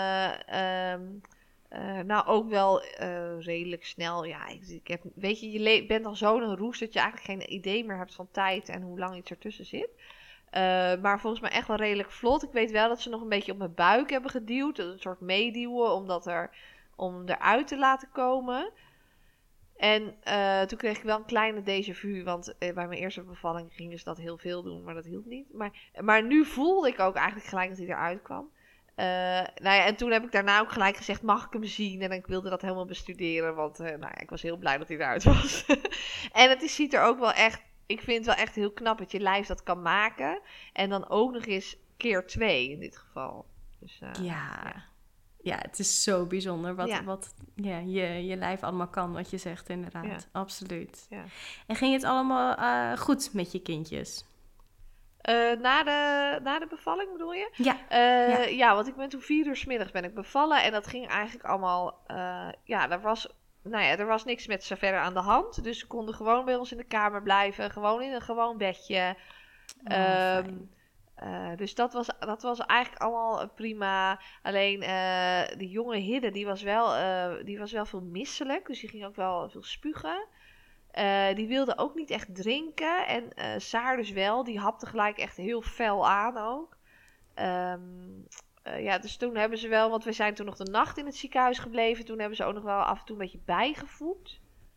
Speaker 2: ook wel redelijk snel. Ja, je bent al zo in een roes dat je eigenlijk geen idee meer hebt van tijd en hoe lang iets ertussen zit. Maar volgens mij echt wel redelijk vlot. Ik weet wel dat ze nog een beetje op mijn buik hebben geduwd. Een soort meeduwen om eruit te laten komen. En toen kreeg ik wel een kleine déjà vu, want bij mijn eerste bevalling gingen ze dat heel veel doen, maar dat hielp niet. Maar nu voelde ik ook eigenlijk gelijk dat hij eruit kwam. En toen heb ik daarna ook gelijk gezegd, mag ik hem zien? En ik wilde dat helemaal bestuderen, want ik was heel blij dat hij eruit was. En ziet er ook wel echt, ik vind het wel echt heel knap dat je lijf dat kan maken. En dan ook nog eens keer 2 in dit geval. Dus,
Speaker 1: Ja, het is zo bijzonder wat je lijf allemaal kan, wat je zegt inderdaad. Ja. Absoluut. Ja. En ging het allemaal goed met je kindjes?
Speaker 2: Na de bevalling bedoel je?
Speaker 1: Ja.
Speaker 2: Want ik ben toen 4 uur 's middags ben ik bevallen. En dat ging eigenlijk allemaal... er was niks met ze verder aan de hand. Dus ze konden gewoon bij ons in de kamer blijven. Gewoon in een gewoon bedje. Dus dat was eigenlijk allemaal prima. Alleen die jonge Hidde, die was wel veel misselijk. Dus die ging ook wel veel spugen. Die wilde ook niet echt drinken. En Saar dus wel. Die hapte gelijk echt heel fel aan ook. Dus toen hebben ze wel... Want we zijn toen nog de nacht in het ziekenhuis gebleven. Toen hebben ze ook nog wel af en toe een beetje bijgevoed.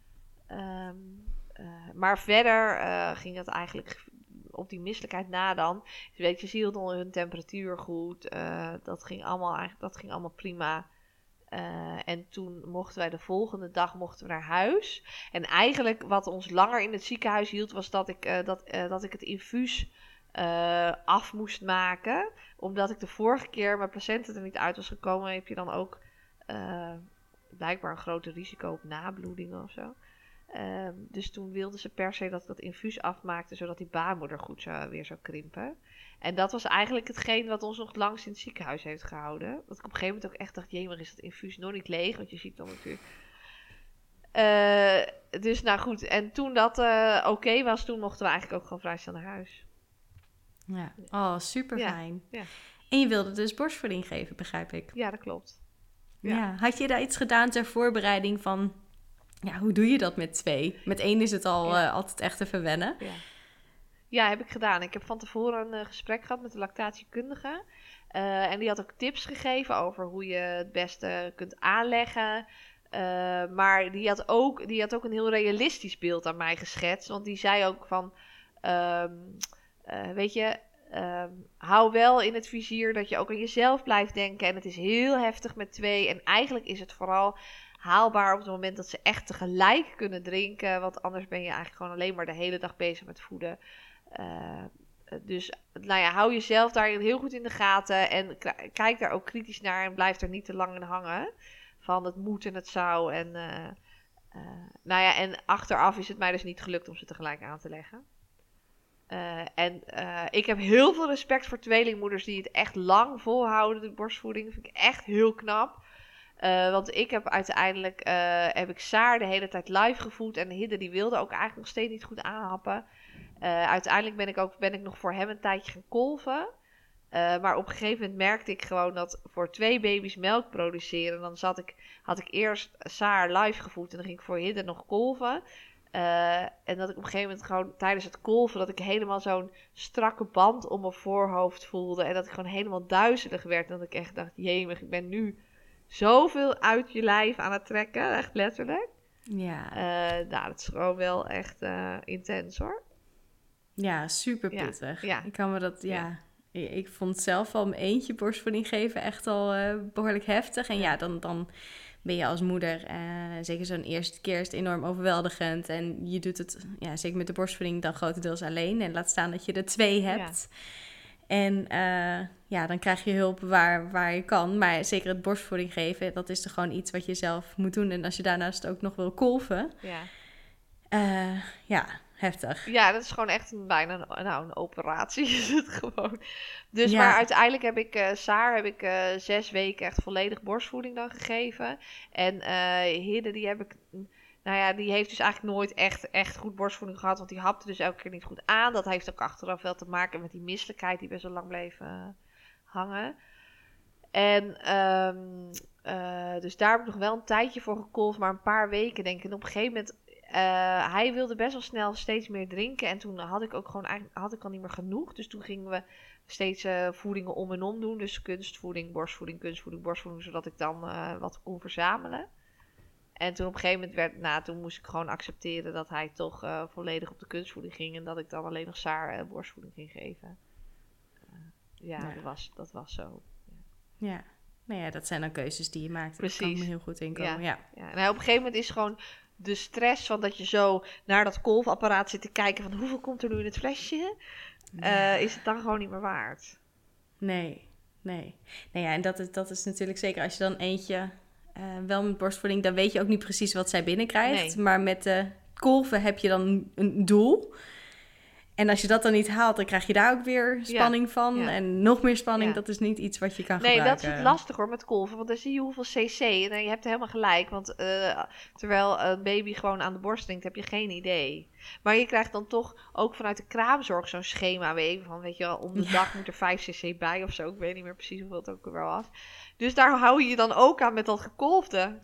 Speaker 2: Maar verder ging het eigenlijk... op die misselijkheid na dan. Dus weet je, ze hielden hun temperatuur goed. Dat ging allemaal prima. En toen mochten wij de volgende dag naar huis. En eigenlijk wat ons langer in het ziekenhuis hield... was dat ik het infuus af moest maken. Omdat ik de vorige keer mijn placenta er niet uit was gekomen... heb je dan ook blijkbaar een groter risico op nabloedingen of zo. Dus toen wilden ze per se dat ik dat infuus afmaakte... zodat die baarmoeder goed weer zou krimpen. En dat was eigenlijk hetgeen wat ons nog het langst in het ziekenhuis heeft gehouden. Dat ik op een gegeven moment ook echt dacht... jee, maar is dat infuus nog niet leeg? Want je ziet dan natuurlijk... Dus nou goed, en toen dat oké was, toen mochten we eigenlijk ook gewoon vrij snel naar huis.
Speaker 1: Ja. Oh, super fijn.
Speaker 2: Ja.
Speaker 1: En je wilde dus borstvoeding geven, begrijp ik.
Speaker 2: Ja, dat klopt.
Speaker 1: Ja. Had je daar iets gedaan ter voorbereiding van... Ja, hoe doe je dat met 2? Met 1 is het al altijd echt even wennen.
Speaker 2: Ja, heb ik gedaan. Ik heb van tevoren een gesprek gehad met de lactatiekundige. En die had ook tips gegeven over hoe je het beste kunt aanleggen. Maar die had ook een heel realistisch beeld aan mij geschetst. Want die zei ook van... weet je... hou wel in het vizier dat je ook aan jezelf blijft denken. En het is heel heftig met 2. En eigenlijk is het vooral haalbaar op het moment dat ze echt tegelijk kunnen drinken. Want anders ben je eigenlijk gewoon alleen maar de hele dag bezig met voeden. Dus nou ja, hou jezelf daarin heel goed in de gaten. En kijk daar ook kritisch naar. En blijf er niet te lang in hangen. Van het moet en het zou. En, nou ja, en achteraf is het mij dus niet gelukt om ze tegelijk aan te leggen. Ik heb heel veel respect voor tweelingmoeders die het echt lang volhouden, de borstvoeding. Dat vind ik echt heel knap. Want ik heb uiteindelijk heb ik Saar de hele tijd live gevoed. En Hidde die wilde ook eigenlijk nog steeds niet goed aanhappen. Uiteindelijk ben ik nog voor hem een tijdje gaan kolven. Maar op een gegeven moment merkte ik gewoon dat voor 2 baby's melk produceren. Dan had ik eerst Saar live gevoed en dan ging ik voor Hidde nog kolven. En dat ik op een gegeven moment gewoon tijdens het kolven... dat ik helemaal zo'n strakke band om mijn voorhoofd voelde. En dat ik gewoon helemaal duizelig werd. En dat ik echt dacht, jemig, ik ben nu zoveel uit je lijf aan het trekken. Echt letterlijk.
Speaker 1: Ja.
Speaker 2: Nou, dat is gewoon wel echt intens hoor.
Speaker 1: Ja, super pittig.
Speaker 2: Ja.
Speaker 1: Ik kan me dat, Ik vond zelf al mijn eentje borstvoeding geven echt al behoorlijk heftig. En dan ben je als moeder, zeker zo'n eerste keer, is het enorm overweldigend. En je doet het, zeker met de borstvoeding, dan grotendeels alleen. En laat staan dat je er 2 hebt. Ja. En dan krijg je hulp waar je kan. Maar zeker het borstvoeding geven, dat is er gewoon iets wat je zelf moet doen. En als je daarnaast ook nog wil kolven, heftig.
Speaker 2: Ja, dat is gewoon echt bijna een operatie is het gewoon. Dus maar uiteindelijk heb ik Saar 6 weken echt volledig borstvoeding dan gegeven. En Hidde die heeft dus eigenlijk nooit echt goed borstvoeding gehad. Want die hapte dus elke keer niet goed aan. Dat heeft ook achteraf wel te maken met die misselijkheid die best wel lang bleef hangen. En dus daar heb ik nog wel een tijdje voor gekolfd, maar een paar weken denk ik. En op een gegeven moment... hij wilde best wel snel steeds meer drinken. En toen had ik al niet meer genoeg. Dus toen gingen we steeds voedingen om en om doen. Dus kunstvoeding, borstvoeding. Zodat ik dan wat kon verzamelen. En toen op een gegeven moment toen moest ik gewoon accepteren dat hij toch volledig op de kunstvoeding ging. En dat ik dan alleen nog Saar borstvoeding ging geven. Dat was zo.
Speaker 1: Ja. Nou ja, dat zijn dan keuzes die je maakt.
Speaker 2: Precies.
Speaker 1: Dat kan me heel goed inkomen. Ja.
Speaker 2: En op een gegeven moment is gewoon... de stress van dat je zo naar dat kolfapparaat zit te kijken van hoeveel komt er nu in het flesje, is het dan gewoon niet meer waard.
Speaker 1: Nee. Nou ja, en dat is natuurlijk zeker als je dan eentje wel met borstvoeding, dan weet je ook niet precies wat zij binnenkrijgt. Nee. Maar met de kolven heb je dan een doel. En als je dat dan niet haalt, dan krijg je daar ook weer spanning van. Ja. En nog meer spanning, dat is niet iets wat je kan gebruiken.
Speaker 2: Nee, dat is het lastig hoor, met kolven. Want dan zie je hoeveel cc. En je hebt helemaal gelijk. Want terwijl een baby gewoon aan de borst drinkt, heb je geen idee. Maar je krijgt dan toch ook vanuit de kraamzorg zo'n schema weer. Van, weet je wel, om de dag moet er 5 cc bij of zo. Ik weet niet meer precies hoeveel het ook wel was. Dus daar hou je je dan ook aan met dat gekolfde.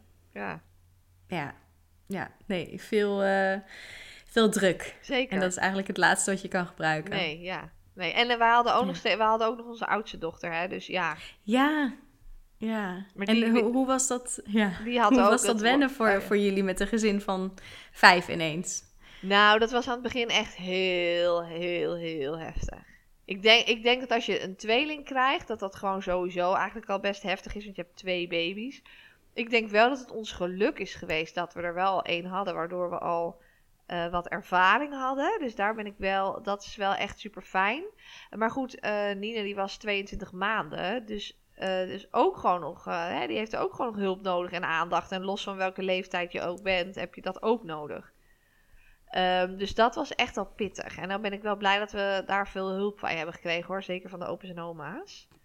Speaker 1: Ja, nee, veel druk.
Speaker 2: Zeker.
Speaker 1: En dat is eigenlijk het laatste wat je kan gebruiken.
Speaker 2: Nee. En we hadden ook nog onze oudste dochter, hè. Dus ja.
Speaker 1: Ja. Maar hoe was dat? Ja. Hoe was dat wennen voor jullie met een gezin van 5 ineens?
Speaker 2: Nou, dat was aan het begin echt heel, heel, heel heftig. Ik denk dat als je een tweeling krijgt, dat gewoon sowieso eigenlijk al best heftig is, want je hebt 2 baby's. Ik denk wel dat het ons geluk is geweest dat we er wel 1 hadden, waardoor we al wat ervaring hadden. Dus daar ben ik wel, dat is wel echt super fijn. Maar goed, Nina die was 22 maanden, dus ook gewoon nog, die heeft ook gewoon nog hulp nodig en aandacht. En los van welke leeftijd je ook bent, heb je dat ook nodig. Dus dat was echt al pittig. En dan ben ik wel blij dat we daar veel hulp bij hebben gekregen hoor. Zeker van de opa's en oma's.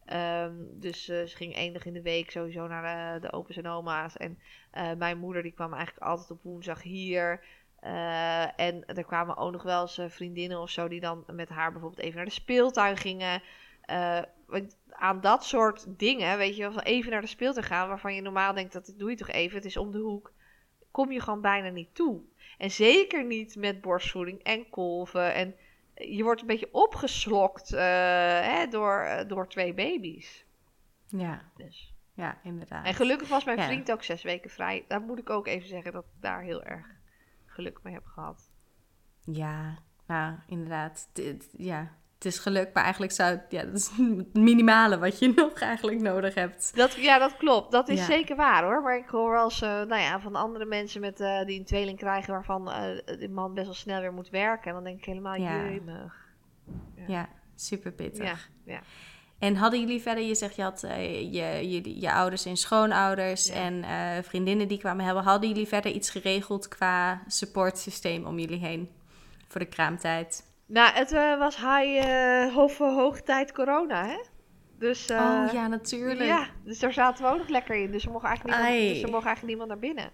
Speaker 2: Dus ze ging 1 dag in de week sowieso naar de opa's en oma's. En mijn moeder die kwam eigenlijk altijd op woensdag hier. En er kwamen ook nog wel eens vriendinnen of zo die dan met haar bijvoorbeeld even naar de speeltuin gingen. Want aan dat soort dingen, weet je wel, van even naar de speeltuin gaan, waarvan je normaal denkt dat doe je toch even, het is om de hoek, kom je gewoon bijna niet toe. En zeker niet met borstvoeding en kolven. En je wordt een beetje opgeslokt door 2 baby's.
Speaker 1: Ja.
Speaker 2: Dus.
Speaker 1: Ja, inderdaad.
Speaker 2: En gelukkig was mijn vriend ook 6 weken vrij. Daar moet ik ook even zeggen dat ik daar heel erg geluk mee heb gehad.
Speaker 1: Ja, nou, inderdaad. Het is geluk, maar eigenlijk dat is het minimale wat je nog eigenlijk nodig hebt.
Speaker 2: Dat klopt. Dat is zeker waar, hoor. Maar ik hoor wel eens van andere mensen die een tweeling krijgen waarvan de man best wel snel weer moet werken. En dan denk ik helemaal, jemig.
Speaker 1: Ja, super pittig.
Speaker 2: Ja.
Speaker 1: En hadden jullie verder, je zegt je had je ouders en schoonouders en vriendinnen die kwamen hebben. Hadden jullie verder iets geregeld qua supportsysteem om jullie heen voor de kraamtijd?
Speaker 2: Nou, het was hoogtijd corona, hè? Dus,
Speaker 1: ja, natuurlijk.
Speaker 2: Ja, dus daar zaten we ook nog lekker in. Dus er mocht eigenlijk niemand naar binnen.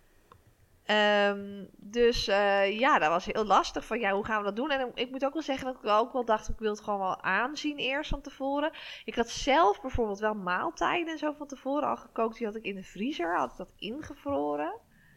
Speaker 2: Dat was heel lastig van, hoe gaan we dat doen? En ik moet ook wel zeggen dat ik ook wel dacht, ik wil het gewoon wel aanzien eerst van tevoren. Ik had zelf bijvoorbeeld wel maaltijden en zo van tevoren al gekookt. Die had ik in de vriezer, had ik dat ingevroren.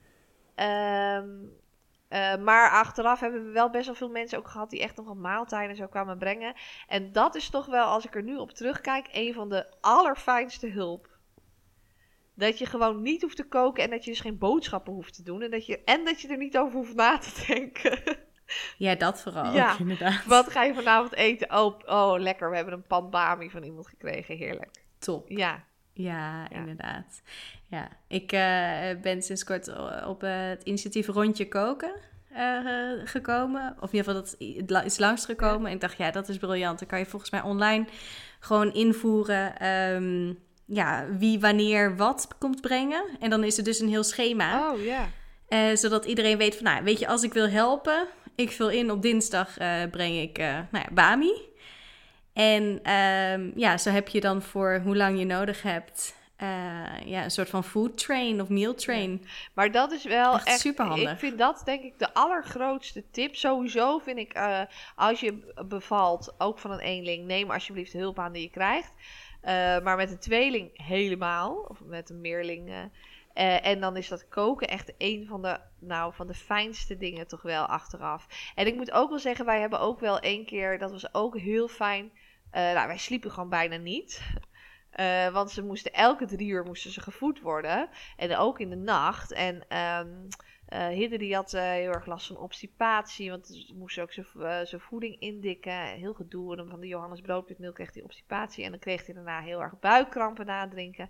Speaker 2: Maar achteraf hebben we wel best wel veel mensen ook gehad die echt nog een maaltijden en zo kwamen brengen. En dat is toch wel, als ik er nu op terugkijk, een van de allerfijnste hulp. Dat je gewoon niet hoeft te koken en dat je dus geen boodschappen hoeft te doen. En dat je er niet over hoeft na te denken.
Speaker 1: Ja, dat vooral ook, inderdaad.
Speaker 2: Wat ga je vanavond eten? Oh, lekker. We hebben een pan bami van iemand gekregen. Heerlijk.
Speaker 1: Top. Ja, inderdaad. Ja, ik ben sinds kort op het initiatief Rondje Koken gekomen. Of in ieder geval, dat is langsgekomen. Ja. En ik dacht, dat is briljant. Dan kan je volgens mij online gewoon invoeren wie wanneer wat komt brengen. En dan is er dus een heel schema.
Speaker 2: Oh, ja.
Speaker 1: Zodat iedereen weet van, weet je, als ik wil helpen, ik vul in op dinsdag breng ik bami. En zo heb je dan voor hoe lang je nodig hebt een soort van food train of meal train.
Speaker 2: Ja. Maar dat is wel echt
Speaker 1: superhandig.
Speaker 2: Ik vind dat denk ik de allergrootste tip. Sowieso vind ik, als je bevalt, ook van een eenling, neem alsjeblieft de hulp aan die je krijgt. Maar met een tweeling helemaal, of met een meerling. En dan is dat koken echt een van de fijnste dingen toch wel achteraf. En ik moet ook wel zeggen, wij hebben ook wel 1 keer, dat was ook heel fijn. Wij sliepen gewoon bijna niet. Want ze moesten elke 3 uur gevoed worden. En ook in de nacht. En Hidde die had heel erg last van obstipatie. Want ze moest ook zijn voeding indikken. Heel gedoe. En dan van de Johannes broodwitmeel kreeg hij obstipatie. En dan kreeg hij daarna heel erg buikkrampen na het drinken.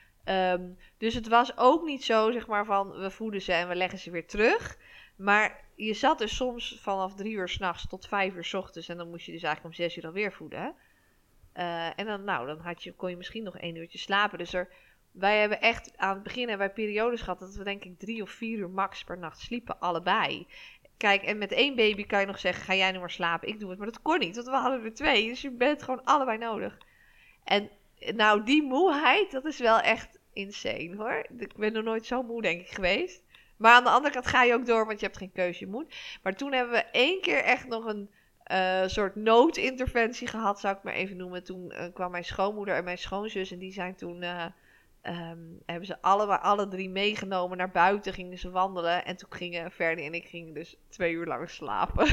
Speaker 2: Dus het was ook niet zo, zeg maar, van we voeden ze en we leggen ze weer terug. Maar je zat dus soms vanaf 3 uur 's nachts tot 5 uur 's ochtends. En dan moest je dus eigenlijk om 6 uur alweer voeden. En dan kon je misschien nog 1 uurtje slapen. Dus wij hebben echt aan het begin periodes gehad dat we denk ik 3 of 4 uur max per nacht sliepen, allebei. Kijk, en met 1 baby kan je nog zeggen, ga jij nu maar slapen, ik doe het. Maar dat kon niet, want we hadden er 2. Dus je bent gewoon allebei nodig. En nou, die moeheid, dat is wel echt insane, hoor. Ik ben nog nooit zo moe, denk ik, geweest. Maar aan de andere kant ga je ook door, want je hebt geen keuze, je moet. Maar toen hebben we 1 keer echt nog een soort noodinterventie gehad, zou ik maar even noemen. Toen kwam mijn schoonmoeder en mijn schoonzus en die zijn toen... hebben ze alle 3 meegenomen naar buiten, gingen ze wandelen. En toen gingen Ferdi en ik dus 2 uur lang slapen.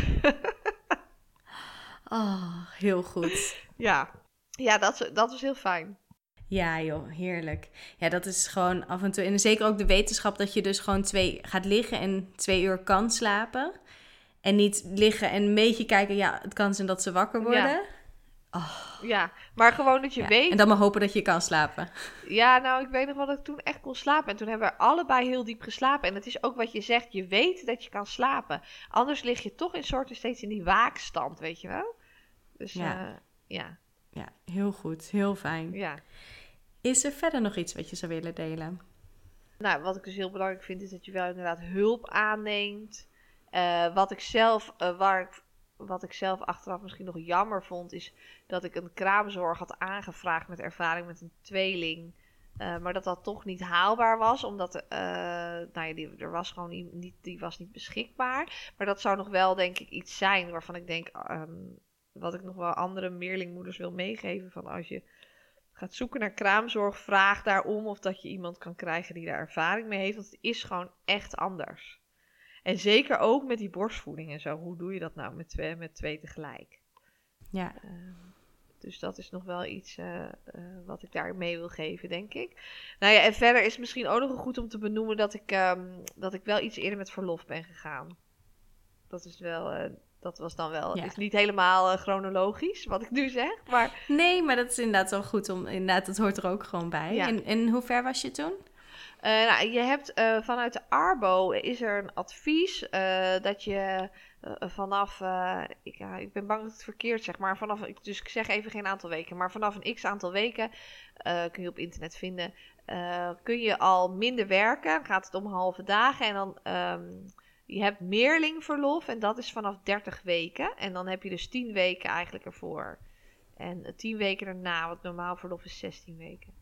Speaker 1: Heel goed.
Speaker 2: Ja, dat was heel fijn.
Speaker 1: Ja joh, heerlijk. Ja, dat is gewoon af en toe... En zeker ook de wetenschap dat je dus gewoon gaat liggen en 2 uur kan slapen. En niet liggen en een beetje kijken, het kan zijn dat ze wakker worden.
Speaker 2: Ja. Ja, maar gewoon dat je weet...
Speaker 1: En dan maar hopen dat je kan slapen.
Speaker 2: Ja, nou, ik weet nog wel dat ik toen echt kon slapen. En toen hebben we allebei heel diep geslapen. En het is ook wat je zegt, je weet dat je kan slapen. Anders lig je toch steeds in die waakstand, weet je wel? Dus ja.
Speaker 1: Ja, heel goed. Heel fijn.
Speaker 2: Ja.
Speaker 1: Is er verder nog iets wat je zou willen delen?
Speaker 2: Nou, wat ik dus heel belangrijk vind, is dat je wel inderdaad hulp aanneemt. Wat ik zelf, waar ik wat ik zelf achteraf misschien nog jammer vond, is dat ik een kraamzorg had aangevraagd met ervaring met een tweeling. Maar dat toch niet haalbaar was, omdat er was gewoon niet, die was niet beschikbaar. Maar dat zou nog wel, denk ik, iets zijn waarvan ik denk, wat ik nog wel andere meerlingmoeders wil meegeven. Van als je gaat zoeken naar kraamzorg, vraag daarom of dat je iemand kan krijgen die daar ervaring mee heeft. Want het is gewoon echt anders. En zeker ook met die borstvoeding en zo. Hoe doe je dat nou met twee tegelijk?
Speaker 1: Ja.
Speaker 2: Dus dat is nog wel iets wat ik daar mee wil geven, denk ik. Nou ja, en verder is het misschien ook nog goed om te benoemen dat ik wel iets eerder met verlof ben gegaan. Dat was dan wel, is niet helemaal chronologisch wat ik nu zeg, maar...
Speaker 1: Nee, maar dat is inderdaad wel goed om, inderdaad, dat hoort er ook gewoon bij.
Speaker 2: Ja.
Speaker 1: En hoe ver was je toen?
Speaker 2: Je hebt vanuit de Arbo is er een advies dat je vanaf, ik ben bang dat het verkeerd zeg, maar dus ik zeg even geen aantal weken, maar vanaf een x aantal weken, kun je op internet vinden, kun je al minder werken, dan gaat het om halve dagen en dan, je hebt meerlingverlof en dat is vanaf 30 weken en dan heb je dus 10 weken eigenlijk ervoor. En 10 weken daarna, want normaal verlof is 16 weken.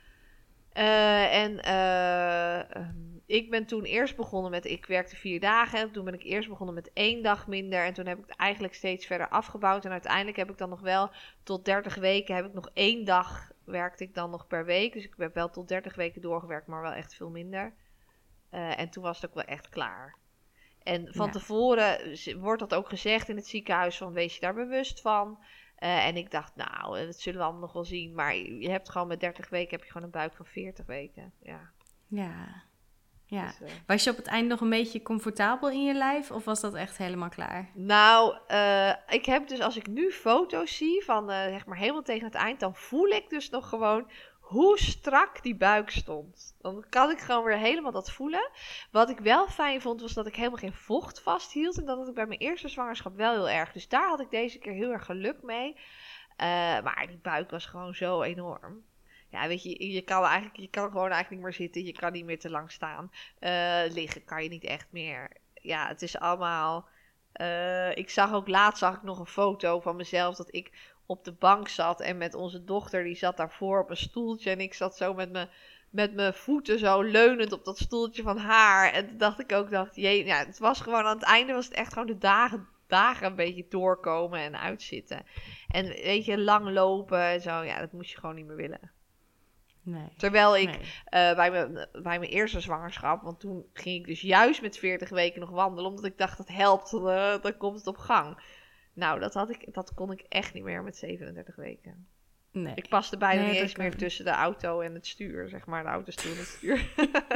Speaker 2: Ik ben toen eerst begonnen met... Ik werkte 4 dagen. Toen ben ik eerst begonnen met 1 dag minder. En toen heb ik het eigenlijk steeds verder afgebouwd. En uiteindelijk heb ik dan nog wel... Tot 30 weken heb ik nog 1 dag... Werkte ik dan nog per week. Dus ik heb wel tot 30 weken doorgewerkt. Maar wel echt veel minder. En toen was het ook wel echt klaar. En van tevoren wordt dat ook gezegd in het ziekenhuis. Van wees je daar bewust van... En ik dacht, nou, dat zullen we allemaal nog wel zien. Maar je hebt gewoon met 30 weken heb je gewoon een buik van 40 weken. Ja.
Speaker 1: Dus, was je op het eind nog een beetje comfortabel in je lijf? Of was dat echt helemaal klaar?
Speaker 2: Nou, ik heb dus als ik nu foto's zie van zeg maar helemaal tegen het eind... dan voel ik dus nog gewoon hoe strak die buik stond. Dan kan ik gewoon weer helemaal dat voelen. Wat ik wel fijn vond, was dat ik helemaal geen vocht vasthield. En dat had ik bij mijn eerste zwangerschap wel heel erg. Dus daar had ik deze keer heel erg geluk mee. Maar die buik was gewoon zo enorm. Ja, weet je, je kan gewoon eigenlijk niet meer zitten. Je kan niet meer te lang staan. Liggen kan je niet echt meer. Ja, het is allemaal... Laatst zag ik nog een foto van mezelf dat ik op de bank zat en met onze dochter, die zat daarvoor op een stoeltje en ik zat zo met mijn voeten zo leunend op dat stoeltje van haar. En toen dacht ik ook, het was gewoon aan het einde was het echt gewoon de dagen een beetje doorkomen en uitzitten. En weet je, lang lopen en zo, ja, dat moest je gewoon niet meer willen.
Speaker 1: Nee.
Speaker 2: Terwijl ik bij mijn eerste zwangerschap, want toen ging ik dus juist met 40 weken nog wandelen, omdat ik dacht dat helpt, dan komt het op gang. Nou, dat kon ik echt niet meer met 37 weken.
Speaker 1: Nee.
Speaker 2: Ik paste bijna niet eens meer tussen de auto en het stuur, zeg maar, de autostoel en het stuur.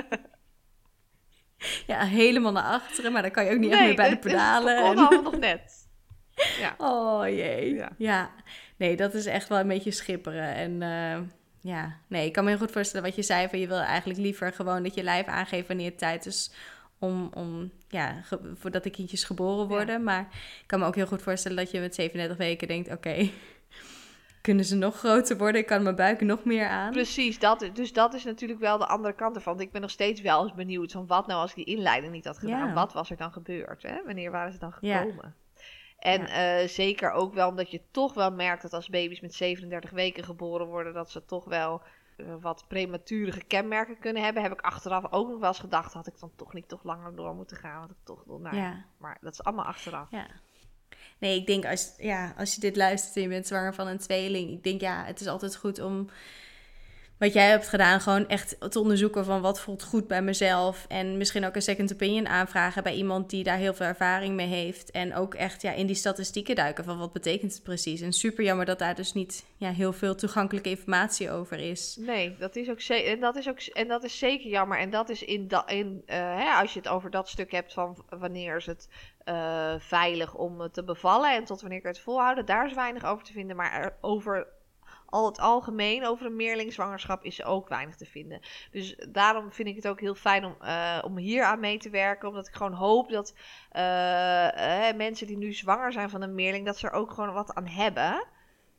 Speaker 1: Ja, helemaal naar achteren, maar dan kan je ook niet echt meer bij de pedalen.
Speaker 2: Het kon allemaal nog net. Ja.
Speaker 1: Oh jee. Ja. Nee, dat is echt wel een beetje schipperen. En nee, ik kan me heel goed voorstellen wat je zei, van je wil eigenlijk liever gewoon dat je lijf aangeeft wanneer het tijd is voordat de kindjes geboren worden. Ja. Maar ik kan me ook heel goed voorstellen dat je met 37 weken denkt, oké, kunnen ze nog groter worden? Ik kan mijn buik nog meer aan.
Speaker 2: Precies, dat is natuurlijk wel de andere kant ervan. Ik ben nog steeds wel eens benieuwd van wat nou als ik die inleiding niet had gedaan. Ja. Wat was er dan gebeurd? Hè? Wanneer waren ze dan gekomen? Ja. En zeker ook wel omdat je toch wel merkt dat als baby's met 37 weken geboren worden, dat ze toch wel wat prematurige kenmerken kunnen hebben. Heb ik achteraf ook nog wel eens gedacht, had ik dan toch niet langer door moeten gaan. Had ik toch Maar dat is allemaal achteraf.
Speaker 1: Ja. Nee, ik denk als je dit luistert en je bent zwanger van een tweeling, ik denk het is altijd goed om wat jij hebt gedaan, gewoon echt te onderzoeken van wat voelt goed bij mezelf. En misschien ook een second opinion aanvragen bij iemand die daar heel veel ervaring mee heeft. En ook echt in die statistieken duiken van wat betekent het precies. En super jammer dat daar dus niet heel veel toegankelijke informatie over is.
Speaker 2: Nee, dat is ook dat is zeker jammer. En dat is als je het over dat stuk hebt van wanneer is het veilig om te bevallen en tot wanneer kan je het volhouden. Daar is weinig over te vinden, maar over al het algemeen over een meerlingzwangerschap is ook weinig te vinden. Dus daarom vind ik het ook heel fijn om hier aan mee te werken. Omdat ik gewoon hoop dat mensen die nu zwanger zijn van een meerling, dat ze er ook gewoon wat aan hebben.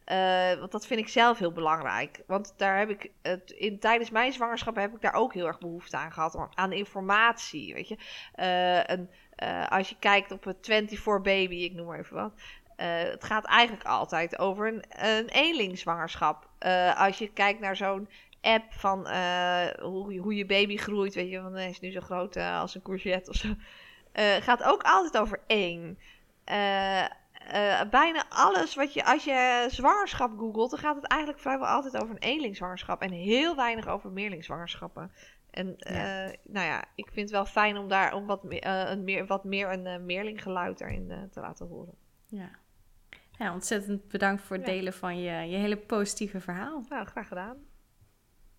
Speaker 2: Want dat vind ik zelf heel belangrijk. Want daar heb ik tijdens mijn zwangerschap heb ik daar ook heel erg behoefte aan gehad. Aan informatie, weet je. Als je kijkt op het 24 Baby, ik noem maar even wat. Het gaat eigenlijk altijd over een eenlingzwangerschap. Als je kijkt naar zo'n app van hoe je baby groeit, weet je, want hij is nu zo groot als een courgette of zo. Gaat ook altijd over één. Bijna alles als je zwangerschap googelt, dan gaat het eigenlijk vrijwel altijd over een eenlingzwangerschap en heel weinig over meerlingzwangerschappen. En ik vind het wel fijn om daar wat meer een meerlinggeluid erin te laten horen.
Speaker 1: Ja, ontzettend bedankt voor het delen van je hele positieve verhaal.
Speaker 2: Nou, graag gedaan.